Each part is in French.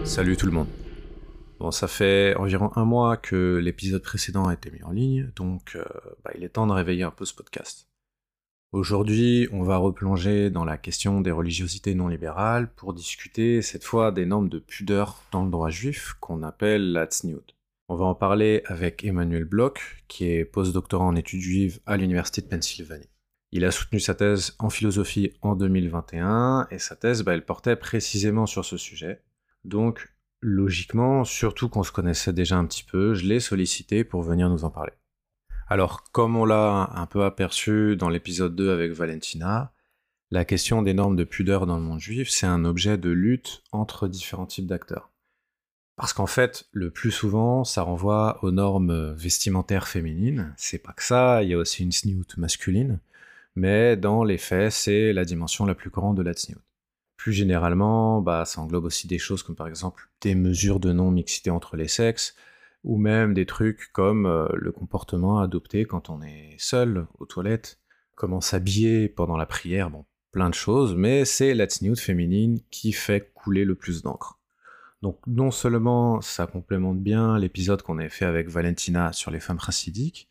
Salut tout le monde. Bon, ça fait environ un mois que l'épisode précédent a été mis en ligne, donc il est temps de réveiller un peu ce podcast. Aujourd'hui, on va replonger dans la question des religiosités non libérales pour discuter cette fois des normes de pudeur dans le droit juif qu'on appelle la tzniut. On va en parler avec Emmanuel Bloch, qui est postdoctorant en études juives à l'Université de Pennsylvanie. Il a soutenu sa thèse en philosophie en 2021, et sa thèse, elle portait précisément sur ce sujet. Donc, logiquement, surtout qu'on se connaissait déjà un petit peu, je l'ai sollicité pour venir nous en parler. Alors, comme on l'a un peu aperçu dans l'épisode 2 avec Valentina, la question des normes de pudeur dans le monde juif, c'est un objet de lutte entre différents types d'acteurs. Parce qu'en fait, le plus souvent, ça renvoie aux normes vestimentaires féminines. C'est pas que ça, il y a aussi une tzniut masculine, mais dans les faits, c'est la dimension la plus grande de la tzniut. Plus généralement, ça englobe aussi des choses comme par exemple des mesures de non-mixité entre les sexes, ou même des trucs comme le comportement adopté quand on est seul aux toilettes, comment s'habiller pendant la prière, plein de choses, mais c'est la tzniut féminine qui fait couler le plus d'encre. Donc non seulement ça complémente bien l'épisode qu'on avait fait avec Valentina sur les femmes chassidiques,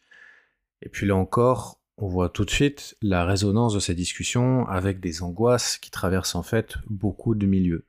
et puis là encore, on voit tout de suite la résonance de ces discussions avec des angoisses qui traversent en fait beaucoup de milieux.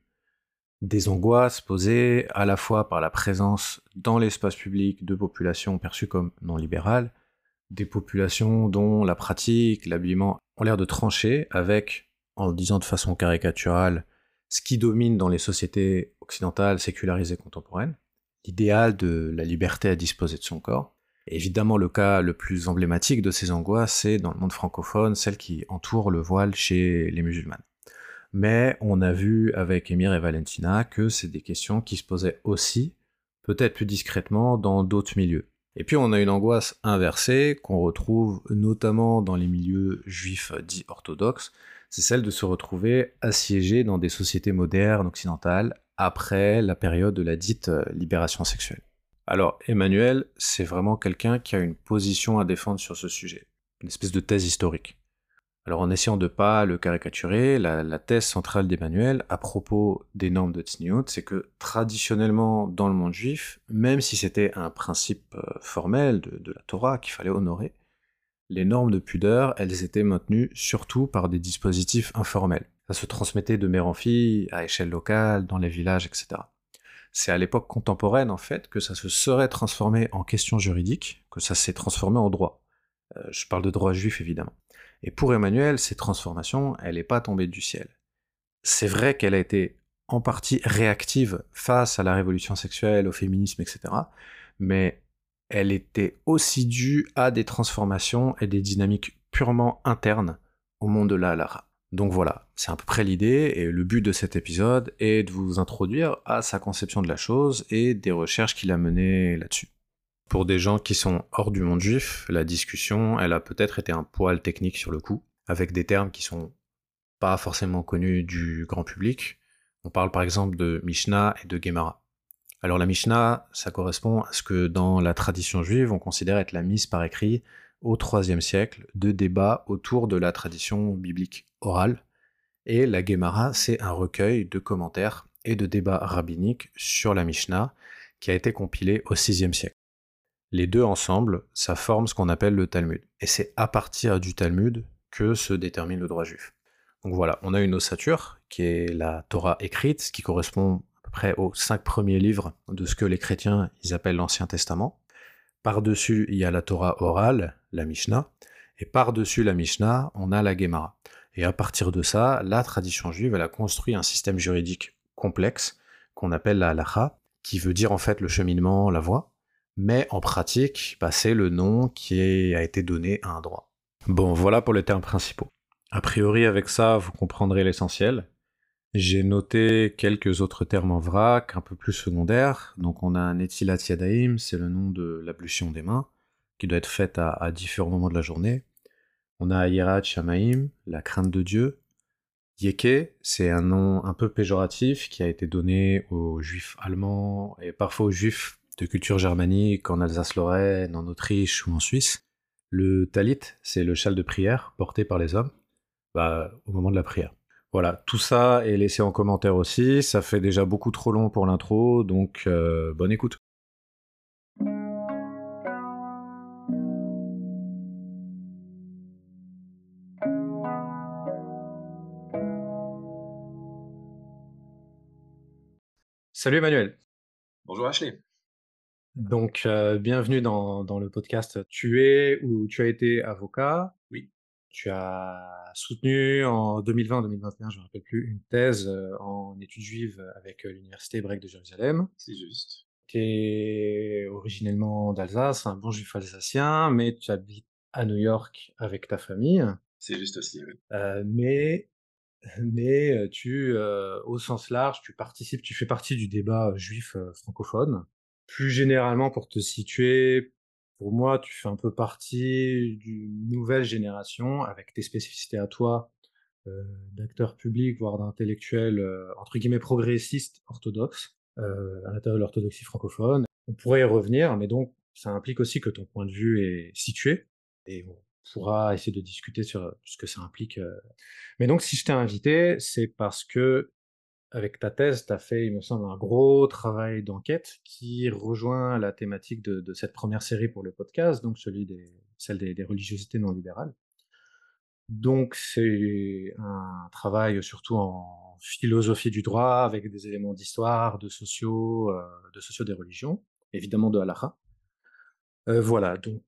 Des angoisses posées à la fois par la présence dans l'espace public de populations perçues comme non libérales, des populations dont la pratique, l'habillement ont l'air de trancher avec, en le disant de façon caricaturale, ce qui domine dans les sociétés occidentales sécularisées contemporaines, l'idéal de la liberté à disposer de son corps. Et évidemment, le cas le plus emblématique de ces angoisses, c'est dans le monde francophone, celle qui entoure le voile chez les musulmanes. Mais on a vu avec Emir et Valentina que c'est des questions qui se posaient aussi, peut-être plus discrètement, dans d'autres milieux. Et puis on a une angoisse inversée qu'on retrouve notamment dans les milieux juifs dits orthodoxes, c'est celle de se retrouver assiégé dans des sociétés modernes occidentales après la période de la dite libération sexuelle. Alors Emmanuel, c'est vraiment quelqu'un qui a une position à défendre sur ce sujet, une espèce de thèse historique. Alors en essayant de pas le caricaturer, la thèse centrale d'Emmanuel à propos des normes de tzniut, c'est que traditionnellement dans le monde juif, même si c'était un principe formel de la Torah qu'il fallait honorer, les normes de pudeur, elles étaient maintenues surtout par des dispositifs informels. Ça se transmettait de mère en fille, à échelle locale, dans les villages, etc. C'est à l'époque contemporaine, en fait, que ça se serait transformé en question juridique, que ça s'est transformé en droit. Je parle de droit juif, évidemment. Et pour Emmanuel, cette transformation, elle n'est pas tombée du ciel. C'est vrai qu'elle a été en partie réactive face à la révolution sexuelle, au féminisme, etc., mais elle était aussi due à des transformations et des dynamiques purement internes au monde de la halakha. Donc voilà, c'est à peu près l'idée, et le but de cet épisode est de vous introduire à sa conception de la chose et des recherches qu'il a menées là-dessus. Pour des gens qui sont hors du monde juif, la discussion, elle a peut-être été un poil technique sur le coup, avec des termes qui sont pas forcément connus du grand public. On parle par exemple de Mishnah et de Gemara. Alors la Mishnah, ça correspond à ce que dans la tradition juive, on considère être la mise par écrit au IIIe siècle de débats autour de la tradition biblique orale. Et la Gemara, c'est un recueil de commentaires et de débats rabbiniques sur la Mishnah qui a été compilé au VIe siècle. Les deux ensemble, ça forme ce qu'on appelle le Talmud. Et c'est à partir du Talmud que se détermine le droit juif. Donc voilà, on a une ossature, qui est la Torah écrite, ce qui correspond à peu près aux 5 premiers livres de ce que les chrétiens ils appellent l'Ancien Testament. Par-dessus, il y a la Torah orale, la Mishnah, et par-dessus la Mishnah, on a la Gemara. Et à partir de ça, la tradition juive, elle a construit un système juridique complexe, qu'on appelle la halakha, qui veut dire en fait le cheminement, la voie, mais en pratique, c'est le nom qui a été donné à un droit. Bon, voilà pour les termes principaux. A priori, avec ça, vous comprendrez l'essentiel. J'ai noté quelques autres termes en vrac, un peu plus secondaires. Donc on a Netilat Yadayim, c'est le nom de l'ablution des mains, qui doit être faite à différents moments de la journée. On a Yirat Shamaim, la crainte de Dieu. Yeke, c'est un nom un peu péjoratif qui a été donné aux juifs allemands et parfois aux juifs de culture germanique en Alsace-Lorraine, en Autriche ou en Suisse. Le talit, c'est le châle de prière porté par les hommes au moment de la prière. Voilà, tout ça est laissé en commentaire aussi, ça fait déjà beaucoup trop long pour l'intro, donc bonne écoute. Salut Emmanuel. Bonjour Ashley. Donc, bienvenue dans le podcast. Tu es ou tu as été avocat, Oui, tu as soutenu en 2020-2021, je ne me rappelle plus, une thèse en études juives avec l'université hébraïque de Jérusalem. c'est juste. Tu es originellement d'Alsace, un bon juif alsacien, mais tu habites à New York avec ta famille. C'est juste aussi, oui. Mais au sens large, tu fais partie du débat juif francophone. Plus généralement, pour te situer, pour moi, tu fais un peu partie d'une nouvelle génération avec tes spécificités à toi, d'acteur public, voire d'intellectuel, entre guillemets, progressiste orthodoxe, à l'intérieur de l'orthodoxie francophone. On pourrait y revenir, mais donc ça implique aussi que ton point de vue est situé, et on pourra essayer de discuter sur ce que ça implique. Mais donc, si je t'ai invité, c'est parce que avec ta thèse, tu as fait, il me semble, un gros travail d'enquête qui rejoint la thématique de cette première série pour le podcast, donc celle des religiosités non libérales. Donc, c'est un travail surtout en philosophie du droit, avec des éléments d'histoire, de sociaux des religions, évidemment de halakha. Voilà, donc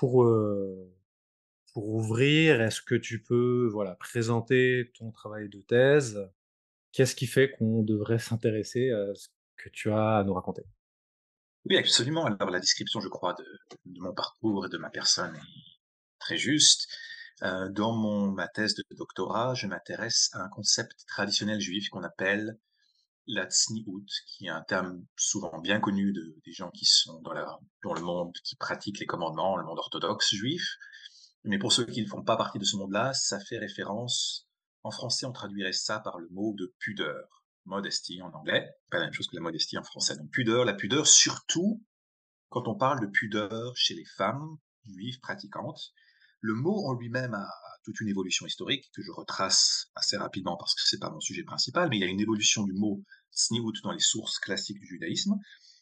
pour ouvrir, est-ce que tu peux voilà, présenter ton travail de thèse? Qu'est-ce qui fait qu'on devrait s'intéresser à ce que tu as à nous raconter? Oui, absolument. Alors la description, je crois, de mon parcours et de ma personne est très juste. Dans ma thèse de doctorat, je m'intéresse à un concept traditionnel juif qu'on appelle la tzniut, qui est un terme souvent bien connu des gens qui sont dans le monde, qui pratiquent les commandements, le monde orthodoxe juif. Mais pour ceux qui ne font pas partie de ce monde-là, ça fait référence, en français, on traduirait ça par le mot de pudeur. Modesty en anglais, pas la même chose que la modestie en français. Donc pudeur, la pudeur, surtout quand on parle de pudeur chez les femmes juives pratiquantes. Le mot en lui-même a toute une évolution historique que je retrace assez rapidement parce que c'est pas mon sujet principal, mais il y a une évolution du mot tsniout dans les sources classiques du judaïsme.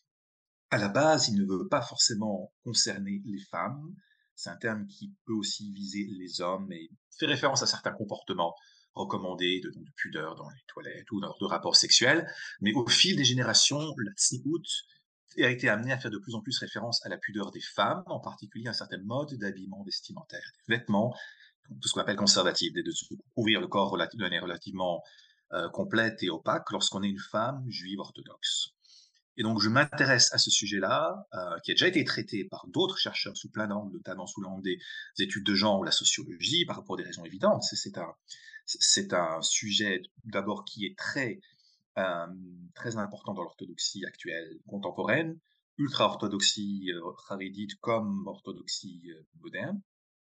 À la base, il ne veut pas forcément concerner les femmes. C'est un terme qui peut aussi viser les hommes et fait référence à certains comportements recommandés de pudeur dans les toilettes ou de rapports sexuels. Mais au fil des générations, la tzniut a été amené à faire de plus en plus référence à la pudeur des femmes, en particulier à un certain mode d'habillement vestimentaire, des vêtements, tout ce qu'on appelle conservatifs, de se couvrir le corps de manière relativement complète et opaque lorsqu'on est une femme juive orthodoxe. Et donc, je m'intéresse à ce sujet-là, qui a déjà été traité par d'autres chercheurs sous plein d'angles, notamment sous l'angle des études de genre ou la sociologie, pour des raisons évidentes. C'est un sujet d'abord qui est euh, très important dans l'orthodoxie actuelle contemporaine, ultra-orthodoxie charédite comme orthodoxie moderne.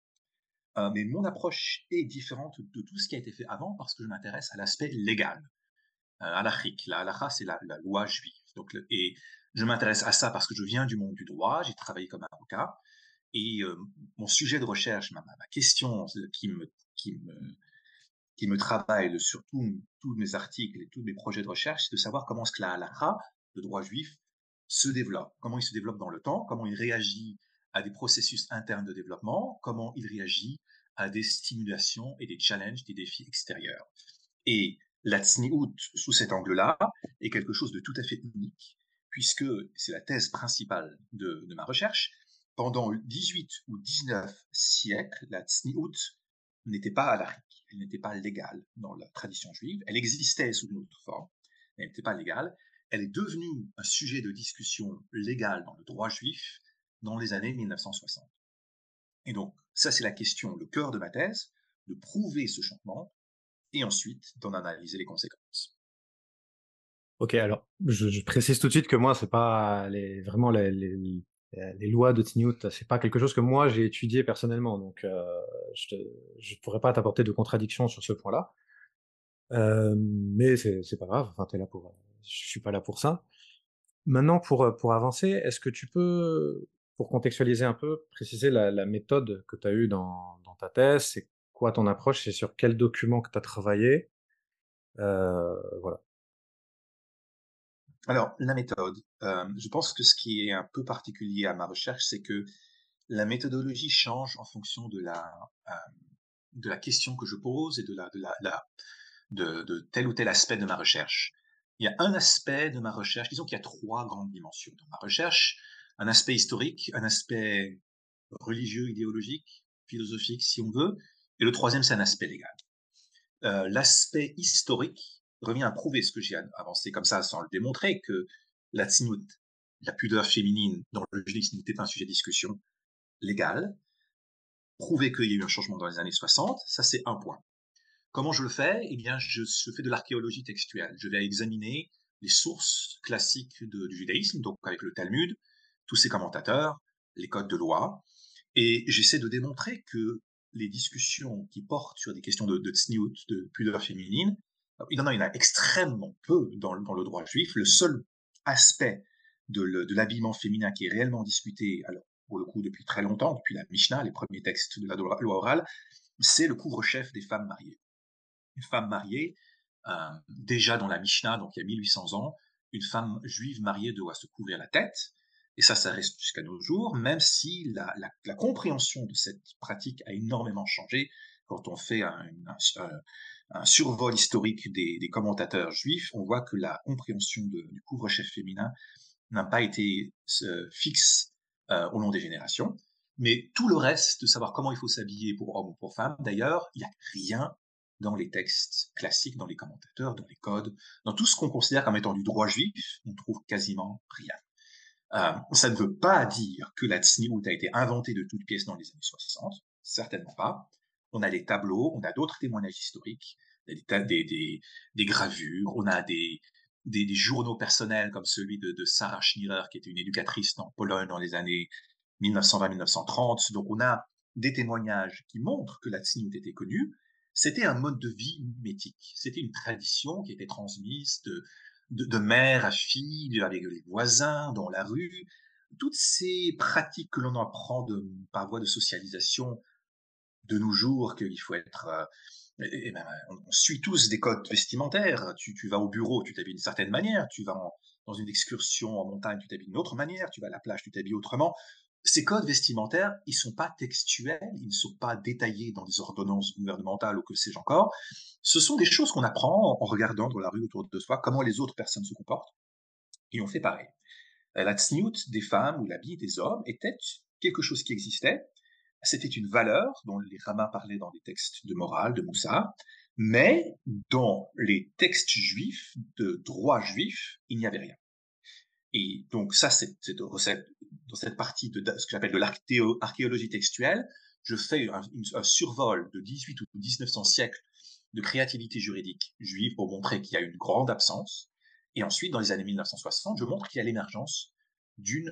Mais mon approche est différente de tout ce qui a été fait avant parce que je m'intéresse à l'aspect légal, halachique. La halakha, c'est la loi juive. Et je m'intéresse à ça parce que je viens du monde du droit, j'ai travaillé comme avocat, et mon sujet de recherche, ma question qui me, qui me travaille sur tous mes articles et tous mes projets de recherche, c'est de savoir comment est-ce que la halakha, le droit juif, se développe, comment il se développe dans le temps, comment il réagit à des processus internes de développement, comment il réagit à des stimulations et des challenges, des défis extérieurs. Et la tsniout, sous cet angle-là, est quelque chose de tout à fait unique, puisque c'est la thèse principale de ma recherche. Pendant 18 ou 19 siècles, la tsniout n'était pas halakhique, elle n'était pas légale dans la tradition juive. Elle existait sous une autre forme, mais elle n'était pas légale. Elle est devenue un sujet de discussion légal dans le droit juif dans les années 1960. Et donc, ça c'est la question, le cœur de ma thèse, de prouver ce changement et ensuite d'en analyser les conséquences. OK, alors je précise tout de suite que moi, c'est pas vraiment les lois de Tignout, c'est pas quelque chose que moi j'ai étudié personnellement, donc je te je pourrais pas t'apporter de contradiction sur ce point-là. Mais c'est pas grave, enfin, tu là pour, je suis pas là pour ça. Maintenant pour avancer, est-ce que tu peux, pour contextualiser un peu, préciser la méthode que tu as eue dans ta thèse? C'est quoi ton approche? C'est sur quel document que tu as travaillé? Voilà. Alors, la méthode, je pense que ce qui est un peu particulier à ma recherche, c'est que la méthodologie change en fonction de la question que je pose et de tel ou tel aspect de ma recherche. Il y a un aspect de ma recherche, disons qu'il y a 3 grandes dimensions dans ma recherche. Un aspect historique, un aspect religieux, idéologique, philosophique si on veut, et le troisième c'est un aspect légal. L'aspect historique revient à prouver ce que j'ai avancé comme ça sans le démontrer, que la tznout, la pudeur féminine dans le judaïsme était un sujet de discussion légal, prouver qu'il y a eu un changement dans les années 60, ça c'est un point. Comment je le fais? Eh bien, je fais de l'archéologie textuelle. Je vais examiner les sources classiques du judaïsme, donc avec le Talmud, tous ses commentateurs, les codes de loi, et j'essaie de démontrer que les discussions qui portent sur des questions de tzniout, de pudeur féminine, il y en a extrêmement peu dans le droit juif. Le seul aspect de l'habillement féminin qui est réellement discuté, alors pour le coup depuis très longtemps, depuis la Mishnah, les premiers textes de la loi orale, c'est le couvre-chef des femmes mariées. Une femme mariée, déjà dans la Mishnah, donc il y a 1800 ans, une femme juive mariée doit se couvrir la tête, et ça reste jusqu'à nos jours, même si la compréhension de cette pratique a énormément changé quand on fait un survol historique des commentateurs juifs, on voit que la compréhension du couvre-chef féminin n'a pas été fixe au long des générations. Mais tout le reste, de savoir comment il faut s'habiller pour homme ou pour femme, d'ailleurs, il n'y a rien dans les textes classiques, dans les commentateurs, dans les codes, dans tout ce qu'on considère comme étant du droit juif, on trouve quasiment rien. Ça ne veut pas dire que la tsniout a été inventée de toutes pièces dans les années 60, certainement pas. On a des tableaux, on a d'autres témoignages historiques, des gravures, on a des journaux personnels comme celui de Sarah Schnierer, qui était une éducatrice en Pologne dans les années 1920-1930. Donc on a des témoignages qui montrent que la tsniout était connue. C'était un mode de vie mimétique. C'était une tradition qui était transmise de mère à fille, avec les voisins, dans la rue. Toutes ces pratiques que l'on apprend par voie de socialisation de nos jours, qu'il faut être... ben, on suit tous des codes vestimentaires. Tu vas au bureau, tu t'habilles d'une certaine manière. Tu vas dans une excursion en montagne, tu t'habilles d'une autre manière. Tu vas à la plage, tu t'habilles autrement. Ces codes vestimentaires, ils ne sont pas textuels, ils ne sont pas détaillés dans des ordonnances gouvernementales ou que sais-je encore. Ce sont des choses qu'on apprend en regardant dans la rue autour de soi, comment les autres personnes se comportent, et on fait pareil. La tsniout des femmes ou l'habit des hommes était quelque chose qui existait, c'était une valeur dont les rabbins parlaient dans les textes de morale, de Moussa, mais dans les textes juifs, de droit juif, il n'y avait rien. Et donc ça, c'est dans cette partie de ce que j'appelle de l'archéologie textuelle, je fais un survol de 18 ou 19e siècle de créativité juridique juive pour montrer qu'il y a une grande absence. Et ensuite, dans les années 1960, je montre qu'il y a l'émergence d'une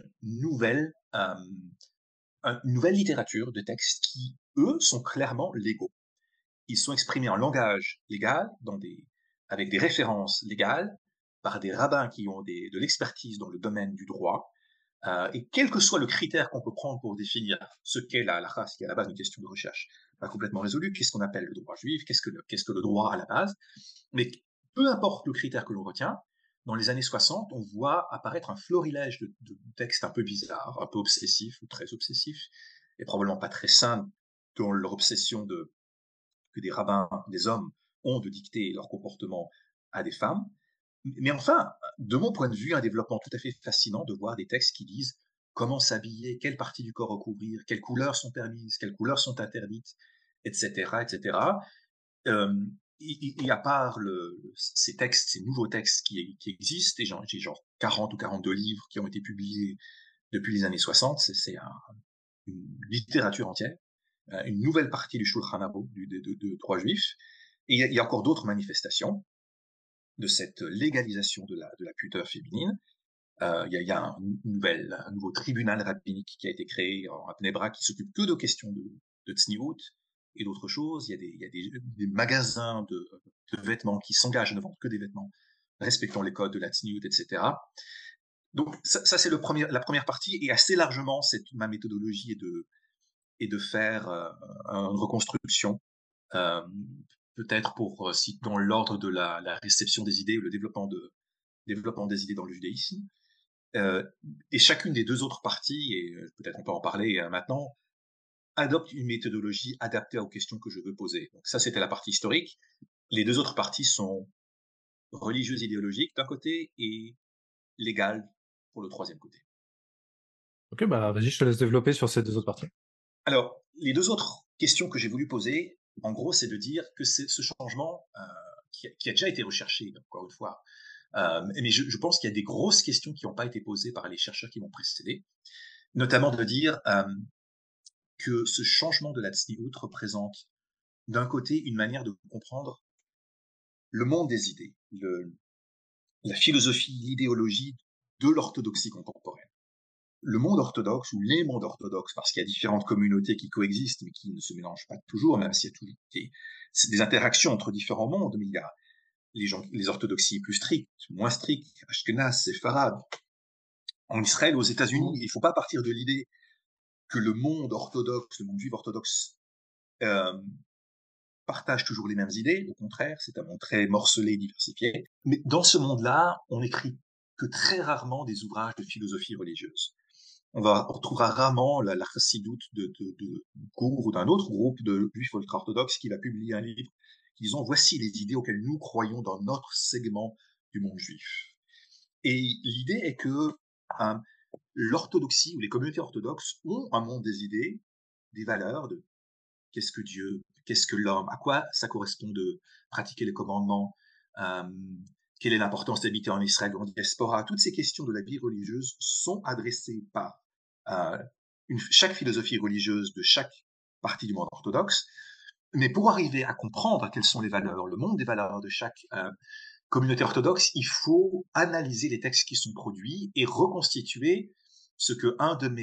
nouvelle littérature de textes qui, eux, sont clairement légaux. Ils sont exprimés en langage légal, avec des références légales, par des rabbins qui ont de l'expertise dans le domaine du droit, et quel que soit le critère qu'on peut prendre pour définir ce qu'est la race, qui est à la base une question de recherche pas complètement résolue, qu'est-ce qu'on appelle le droit juif, qu'est-ce que le droit à la base, mais peu importe le critère que l'on retient, dans les années 60, on voit apparaître un florilège de textes un peu bizarres, un peu obsessifs ou très obsessifs, et probablement pas très sains dans leur obsession que des rabbins, des hommes, ont de dicter leur comportement à des femmes. Mais enfin, de mon point de vue, un développement tout à fait fascinant de voir des textes qui disent comment s'habiller, quelle partie du corps recouvrir, quelles couleurs sont permises, quelles couleurs sont interdites, etc., etc. Et à part ces textes, ces nouveaux textes qui existent, et j'ai genre 40 ou 42 livres qui ont été publiés depuis les années 60, c'est une littérature entière, une nouvelle partie du Shulchan Aruch, de droit juif, et il y a encore d'autres manifestations de cette légalisation de la pudeur féminine. Il y a un nouveau tribunal rabbinique qui a été créé à Bnei Brak qui s'occupe que de questions de tzniout et d'autres choses. Il y a des magasins de vêtements qui s'engagent à ne vendre que des vêtements respectant les codes de la tzniout, etc. Donc ça c'est la première partie, et assez largement, ma méthodologie est de faire une reconstruction, euh, peut-être pour si dans l'ordre de la réception des idées ou le développement des idées dans le judaïsme. Et chacune des deux autres parties, et peut-être on peut en parler maintenant, adopte une méthodologie adaptée aux questions que je veux poser. Donc ça, c'était la partie historique. Les deux autres parties sont religieuses idéologiques d'un côté et légales pour le troisième côté. Ok, bah vas-y, je te laisse développer sur ces deux autres parties. Alors, les deux autres questions que j'ai voulu poser, en gros, c'est de dire que c'est ce changement qui a déjà été recherché, encore une fois, mais je pense qu'il y a des grosses questions qui n'ont pas été posées par les chercheurs qui m'ont précédé, notamment de dire que ce changement de la tsniout représente d'un côté une manière de comprendre le monde des idées, la philosophie, l'idéologie de l'orthodoxie contemporaine. Le monde orthodoxe ou les mondes orthodoxes, parce qu'il y a différentes communautés qui coexistent mais qui ne se mélangent pas toujours, même s'il y a toujours des interactions entre différents mondes, mais il y a les orthodoxies plus strictes, moins strictes, Ashkenaz, Séfarad. En Israël, aux États-Unis, il ne faut pas partir de l'idée que le monde orthodoxe, le monde juif orthodoxe, euh, partage toujours les mêmes idées. Au contraire, c'est un monde très morcelé, diversifié. Mais dans ce monde-là, on n'écrit que très rarement des ouvrages de philosophie religieuse. On retrouvera rarement la chassidoute de Kour ou d'un autre groupe de juifs ultra-orthodoxes qui va publier un livre qui disant voici les idées auxquelles nous croyons dans notre segment du monde juif. Et l'idée est que hein, l'orthodoxie ou les communautés orthodoxes ont un monde des idées, des valeurs, de qu'est-ce que Dieu, qu'est-ce que l'homme, à quoi ça correspond de pratiquer les commandements, euh, quelle est l'importance d'habiter en Israël ou en diaspora. Toutes ces questions de la vie religieuse sont adressées par chaque philosophie religieuse de chaque partie du monde orthodoxe. Mais pour arriver à comprendre quelles sont les valeurs, le monde des valeurs de chaque communauté orthodoxe, il faut analyser les textes qui sont produits et reconstituer ce que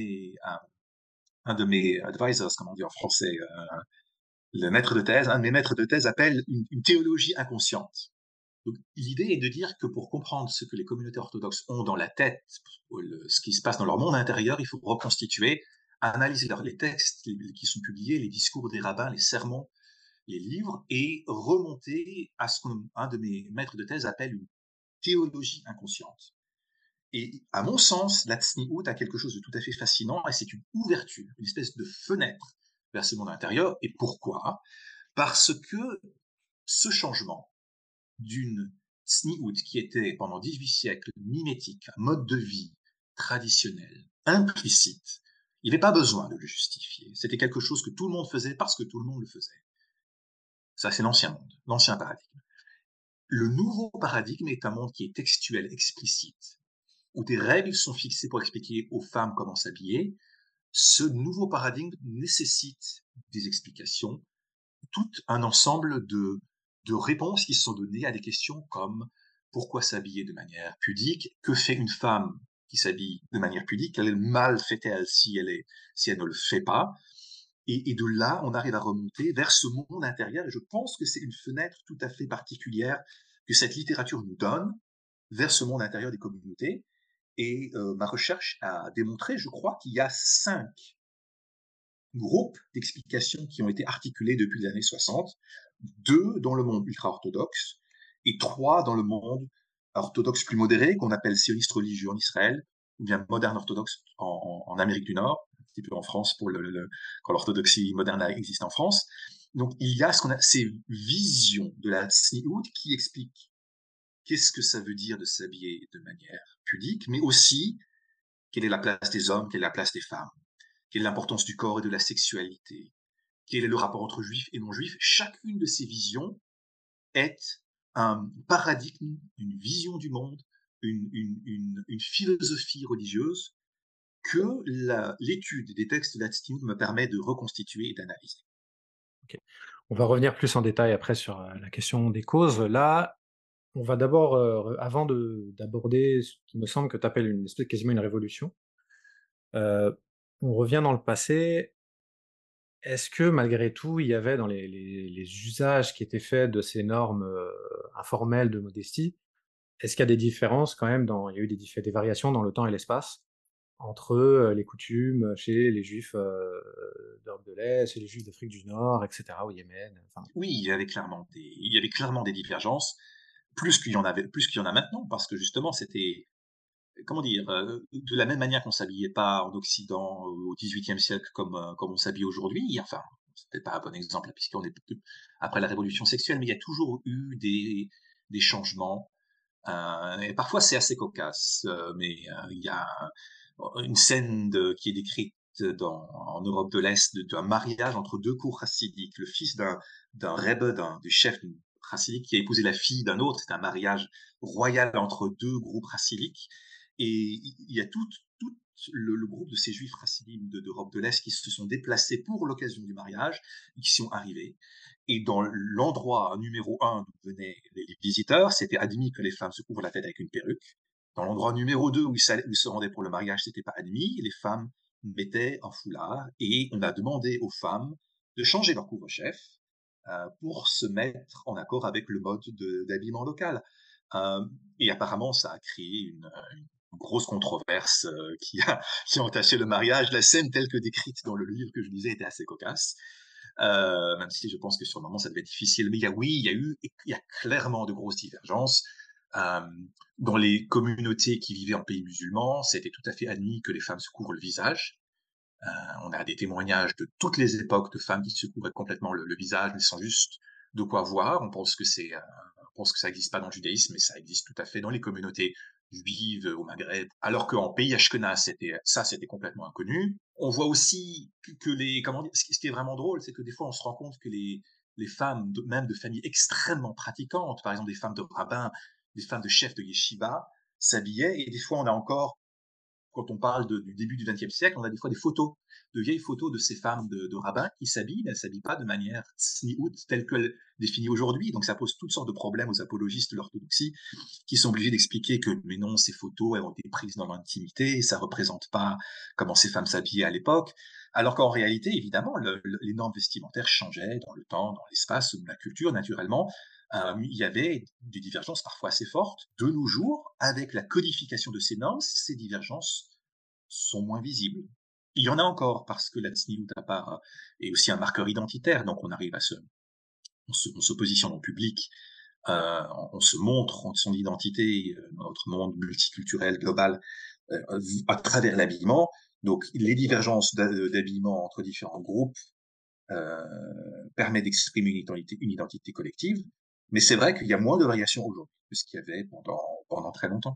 un de mes advisors, comme on dit en français, le maître de thèse, un de mes maîtres de thèse appelle une théologie inconsciente. Donc, l'idée est de dire que pour comprendre ce que les communautés orthodoxes ont dans la tête, ce qui se passe dans leur monde intérieur, il faut reconstituer, analyser les textes qui sont publiés, les discours des rabbins, les sermons, les livres, et remonter à ce qu'un de mes maîtres de thèse appelle une théologie inconsciente. Et à mon sens, la tsniout a quelque chose de tout à fait fascinant, et c'est une ouverture, une espèce de fenêtre vers ce monde intérieur. Et pourquoi? Parce que ce changement d'une tsniout qui était pendant 18 siècles mimétique, un mode de vie traditionnel, implicite, il n'y avait pas besoin de le justifier. C'était quelque chose que tout le monde faisait parce que tout le monde le faisait. Ça, c'est l'ancien monde, l'ancien paradigme. Le nouveau paradigme est un monde qui est textuel, explicite, où des règles sont fixées pour expliquer aux femmes comment s'habiller. Ce nouveau paradigme nécessite des explications, tout un ensemble de réponses qui sont données à des questions comme pourquoi s'habiller de manière pudique, que fait une femme qui s'habille de manière pudique, quel mal fait-elle si elle ne le fait pas, et de là, on arrive à remonter vers ce monde intérieur, et je pense que c'est une fenêtre tout à fait particulière que cette littérature nous donne vers ce monde intérieur des communautés, et ma recherche a démontré, je crois, qu'il y a 5 groupes d'explications qui ont été articulés depuis les années 60, 2 dans le monde ultra-orthodoxe et 3 dans le monde orthodoxe plus modéré, qu'on appelle sioniste religieux en Israël, ou bien moderne orthodoxe en Amérique du Nord, un petit peu en France pour quand l'orthodoxie moderne existe en France. Donc il y a ces visions de la tsniout qui expliquent qu'est-ce que ça veut dire de s'habiller de manière pudique, mais aussi quelle est la place des hommes, quelle est la place des femmes, quelle est l'importance du corps et de la sexualité, quel est le rapport entre juifs et non-juifs. Chacune de ces visions est un paradigme, une vision du monde, une philosophie religieuse que l'étude des textes de la Tzniut me permet de reconstituer et d'analyser. Ok. On va revenir plus en détail après sur la question des causes. Là, on va d'abord, avant d'aborder ce qui me semble que tu appelles une espèce quasiment une révolution, on revient dans le passé. Est-ce que malgré tout, il y avait dans les usages qui étaient faits de ces normes, informelles de modestie, est-ce qu'il y a des différences quand même il y a eu des variations dans le temps et l'espace entre les coutumes chez les Juifs d'Europe de l'Est, chez les Juifs d'Afrique du Nord, etc., au Yémen. Enfin, Oui, il y avait clairement des divergences, plus qu'il y en a maintenant, parce que justement c'était, comment dire? De la même manière qu'on s'habillait pas en Occident au XVIIIe siècle comme on s'habille aujourd'hui, enfin, c'est peut-être pas un bon exemple puisqu'on est p après la révolution sexuelle, mais il y a toujours eu des changements, et parfois c'est assez cocasse, mais il y a une scène qui est décrite en Europe de l'Est d'un mariage entre deux cours chassidiques. Le fils d'un rebbe, du chef chassidique qui a épousé la fille d'un autre. C'est un mariage royal entre deux groupes chassidiques. Et il y a tout le groupe de ces juifs chassidim d'Europe de l'Est qui se sont déplacés pour l'occasion du mariage, qui sont arrivés. Et dans l'endroit numéro un d'où venaient les visiteurs, c'était admis que les femmes se couvrent la tête avec une perruque. Dans l'endroit numéro 2 où ils se rendaient pour le mariage, c'était pas admis. Les femmes mettaient un foulard et on a demandé aux femmes de changer leur couvre-chef pour se mettre en accord avec le mode d'habillement local. Euh, et apparemment, ça a créé une grosse controverse qui a entaché le mariage. La scène telle que décrite dans le livre que je lisais était assez cocasse. Même si je pense que sur le moment ça devait être difficile. Mais il y a clairement de grosses divergences. Euh, dans les communautés qui vivaient en pays musulmans, c'était tout à fait admis que les femmes se couvrent le visage. On a des témoignages de toutes les époques de femmes qui se couvraient complètement le visage, mais sans juste de quoi voir. On pense que ça n'existe pas dans le judaïsme, mais ça existe tout à fait dans les communautés juives au Maghreb. Alors qu'en pays ashkénaze, c'était complètement inconnu. On voit aussi que comment dire, ce qui est vraiment drôle, c'est que des fois, on se rend compte que les femmes, même de familles extrêmement pratiquantes, par exemple des femmes de rabbins, des femmes de chefs de yeshiva, s'habillaient, et des fois, on a encore quand on parle du début du XXe siècle, on a des fois des photos, de vieilles photos de ces femmes de rabbins qui s'habillent, mais elles ne s'habillent pas de manière tsniout telle qu'elle définie aujourd'hui. Donc ça pose toutes sortes de problèmes aux apologistes de l'orthodoxie qui sont obligés d'expliquer que, mais non, ces photos, elles ont été prises dans l'intimité, ça ne représente pas comment ces femmes s'habillaient à l'époque. Alors qu'en réalité, évidemment, les normes vestimentaires changeaient dans le temps, dans l'espace, dans la culture, naturellement. Il y avait des divergences parfois assez fortes. De nos jours, avec la codification de ces normes, ces divergences sont moins visibles. Il y en a encore parce que la tsniout à part est aussi un marqueur identitaire, donc on se positionne en public, on se montre en son identité dans notre monde multiculturel global à travers l'habillement. Donc les divergences d'habillement entre différents groupes euh, permet d'exprimer une identité collective. Mais c'est vrai qu'il y a moins de variations aujourd'hui que ce qu'il y avait pendant très longtemps.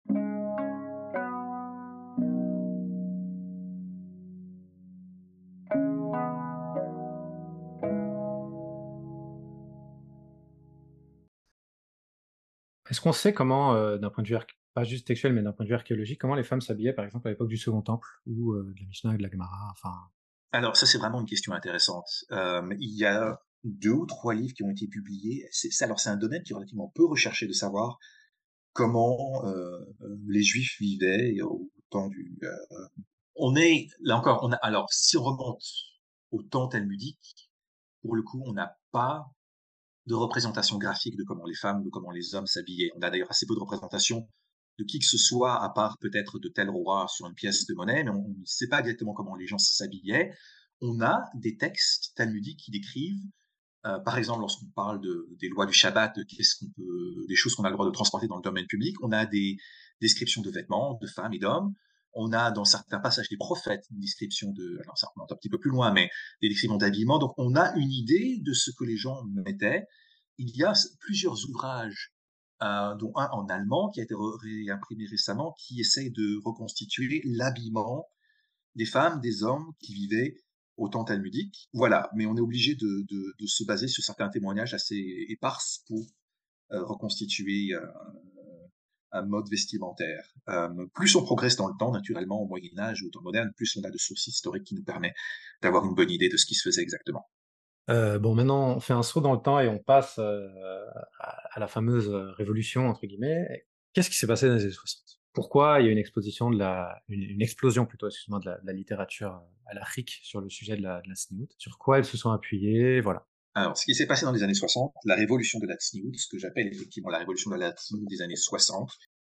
est-ce qu'on sait comment, d'un point de vue pas juste textuel, mais d'un point de vue archéologique, comment les femmes s'habillaient, par exemple, à l'époque du Second Temple ou de la Mishnah et de la Gemara, enfin... Alors ça, c'est vraiment une question intéressante. Il y a deux ou trois livres qui ont été publiés. Alors c'est un domaine qui est relativement peu recherché de savoir comment les Juifs vivaient au temps du. On est là encore. Alors si on remonte au temps talmudique, pour le coup, on n'a pas de représentation graphique de comment les femmes, de comment les hommes s'habillaient. On a d'ailleurs assez peu de représentation de qui que ce soit, à part peut-être de tel roi sur une pièce de monnaie, mais on ne sait pas exactement comment les gens s'habillaient. On a des textes talmudiques qui décrivent, par exemple, lorsqu'on parle des lois du Shabbat, des choses qu'on a le droit de transporter dans le domaine public, on a des descriptions de vêtements, de femmes et d'hommes. On a dans certains passages des prophètes une description alors ça remonte un petit peu plus loin, mais des descriptions d'habillement. Donc on a une idée de ce que les gens mettaient. Il y a plusieurs ouvrages, dont un en allemand qui a été réimprimé récemment, qui essaye de reconstituer l'habillement des femmes, des hommes qui vivaient au temps talmudique. Voilà, mais on est obligé de se baser sur certains témoignages assez éparses pour reconstituer un mode vestimentaire. Plus on progresse dans le temps, naturellement, au Moyen Âge ou au temps moderne, plus on a de sources historiques qui nous permettent d'avoir une bonne idée de ce qui se faisait exactement. Bon, maintenant, on fait un saut dans le temps et on passe à la fameuse révolution, entre guillemets. Qu'est-ce qui s'est passé dans les années 60? Pourquoi il y a une exposition une explosion plutôt, excuse-moi, de la littérature à l'Afrique sur le sujet de la sniout? Sur quoi elles se sont appuyées? Voilà. Alors, ce qui s'est passé dans les années 60, la révolution de la tsniout, ce que j'appelle effectivement la révolution de la tsniout des années 60,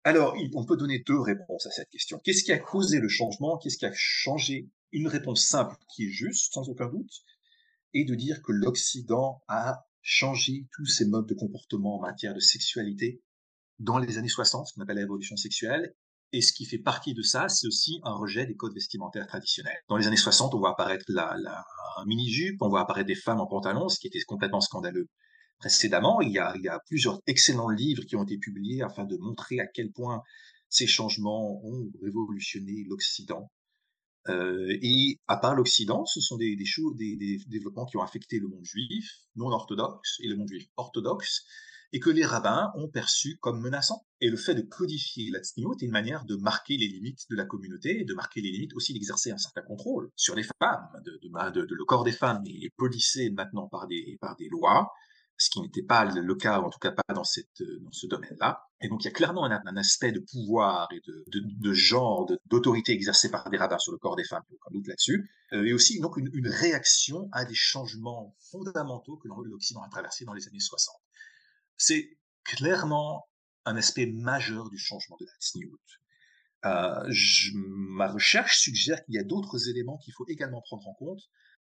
Alors, on peut donner 2 réponses à cette question. Qu'est-ce qui a causé le changement? Qu'est-ce qui a changé? Une réponse simple qui est juste, sans aucun doute, est de dire que l'Occident a changé tous ses modes de comportement en matière de sexualité dans les années 60, ce qu'on appelle la révolution sexuelle. Et ce qui fait partie de ça, c'est aussi un rejet des codes vestimentaires traditionnels. Dans les années 60, on voit apparaître un mini-jupe, on voit apparaître des femmes en pantalon, ce qui était complètement scandaleux. Précédemment, il y a plusieurs excellents livres qui ont été publiés afin de montrer à quel point ces changements ont révolutionné l'Occident. Et à part l'Occident, ce sont des développements qui ont affecté le monde juif non orthodoxe et le monde juif orthodoxe, et que les rabbins ont perçu comme menaçants. Et le fait de codifier la tzniut est une manière de marquer les limites de la communauté, et de marquer les limites aussi d'exercer un certain contrôle sur les femmes, le corps des femmes est policé maintenant par des lois, ce qui n'était pas le cas, en tout cas pas dans ce domaine-là. Et donc il y a clairement un aspect de pouvoir et de genre, d'autorité exercée par des rabbins sur le corps des femmes, aucun doute là-dessus, et aussi donc une réaction à des changements fondamentaux que l'Occident a traversés dans les années 60. C'est clairement un aspect majeur du changement de la tzniut. Ma recherche suggère qu'il y a d'autres éléments qu'il faut également prendre en compte,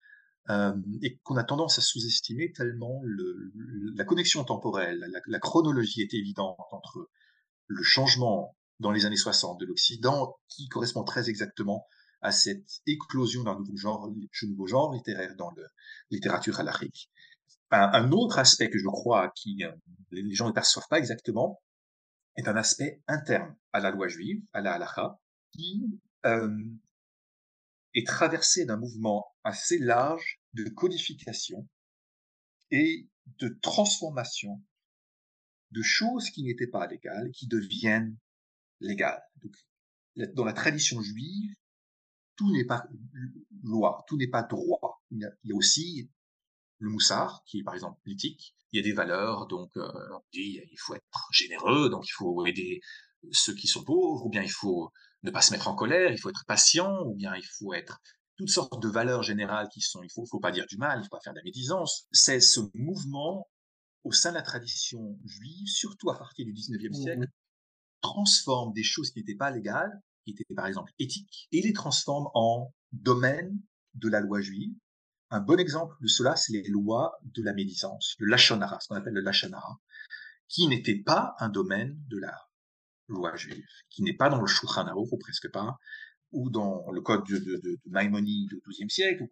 et qu'on a tendance à sous-estimer tellement la connexion temporelle, la chronologie est évidente entre le changement dans les années 60 de l'Occident, qui correspond très exactement à cette éclosion d'un nouveau genre littéraire dans la littérature halachique. Un autre aspect que je crois les gens ne perçoivent pas exactement est un aspect interne à la loi juive, à la halakha, qui euh, est traversé d'un mouvement assez large de codification et de transformation de choses qui n'étaient pas légales, qui deviennent légales. Donc, dans la tradition juive, tout n'est pas loi, tout n'est pas droit. Il y a aussi le moussard, qui est par exemple l'éthique. Il y a des valeurs, donc on dit il faut être généreux, donc il faut aider ceux qui sont pauvres, ou bien il faut ne pas se mettre en colère, il faut être patient, ou bien il faut être toutes sortes de valeurs générales il faut pas dire du mal, il faut pas faire de la médisance. C'est ce mouvement au sein de la tradition juive, surtout à partir du 19e siècle, transforme des choses qui n'étaient pas légales, qui étaient par exemple éthiques, et les transforme en domaine de la loi juive. Un bon exemple de cela, c'est les lois de la médisance, le lashon hara, ce qu'on appelle le lashon hara, qui n'était pas un domaine de la loi juive, qui n'est pas dans le Shulchan Aruch, ou presque pas, ou dans le code de Maïmonide du XIIe siècle.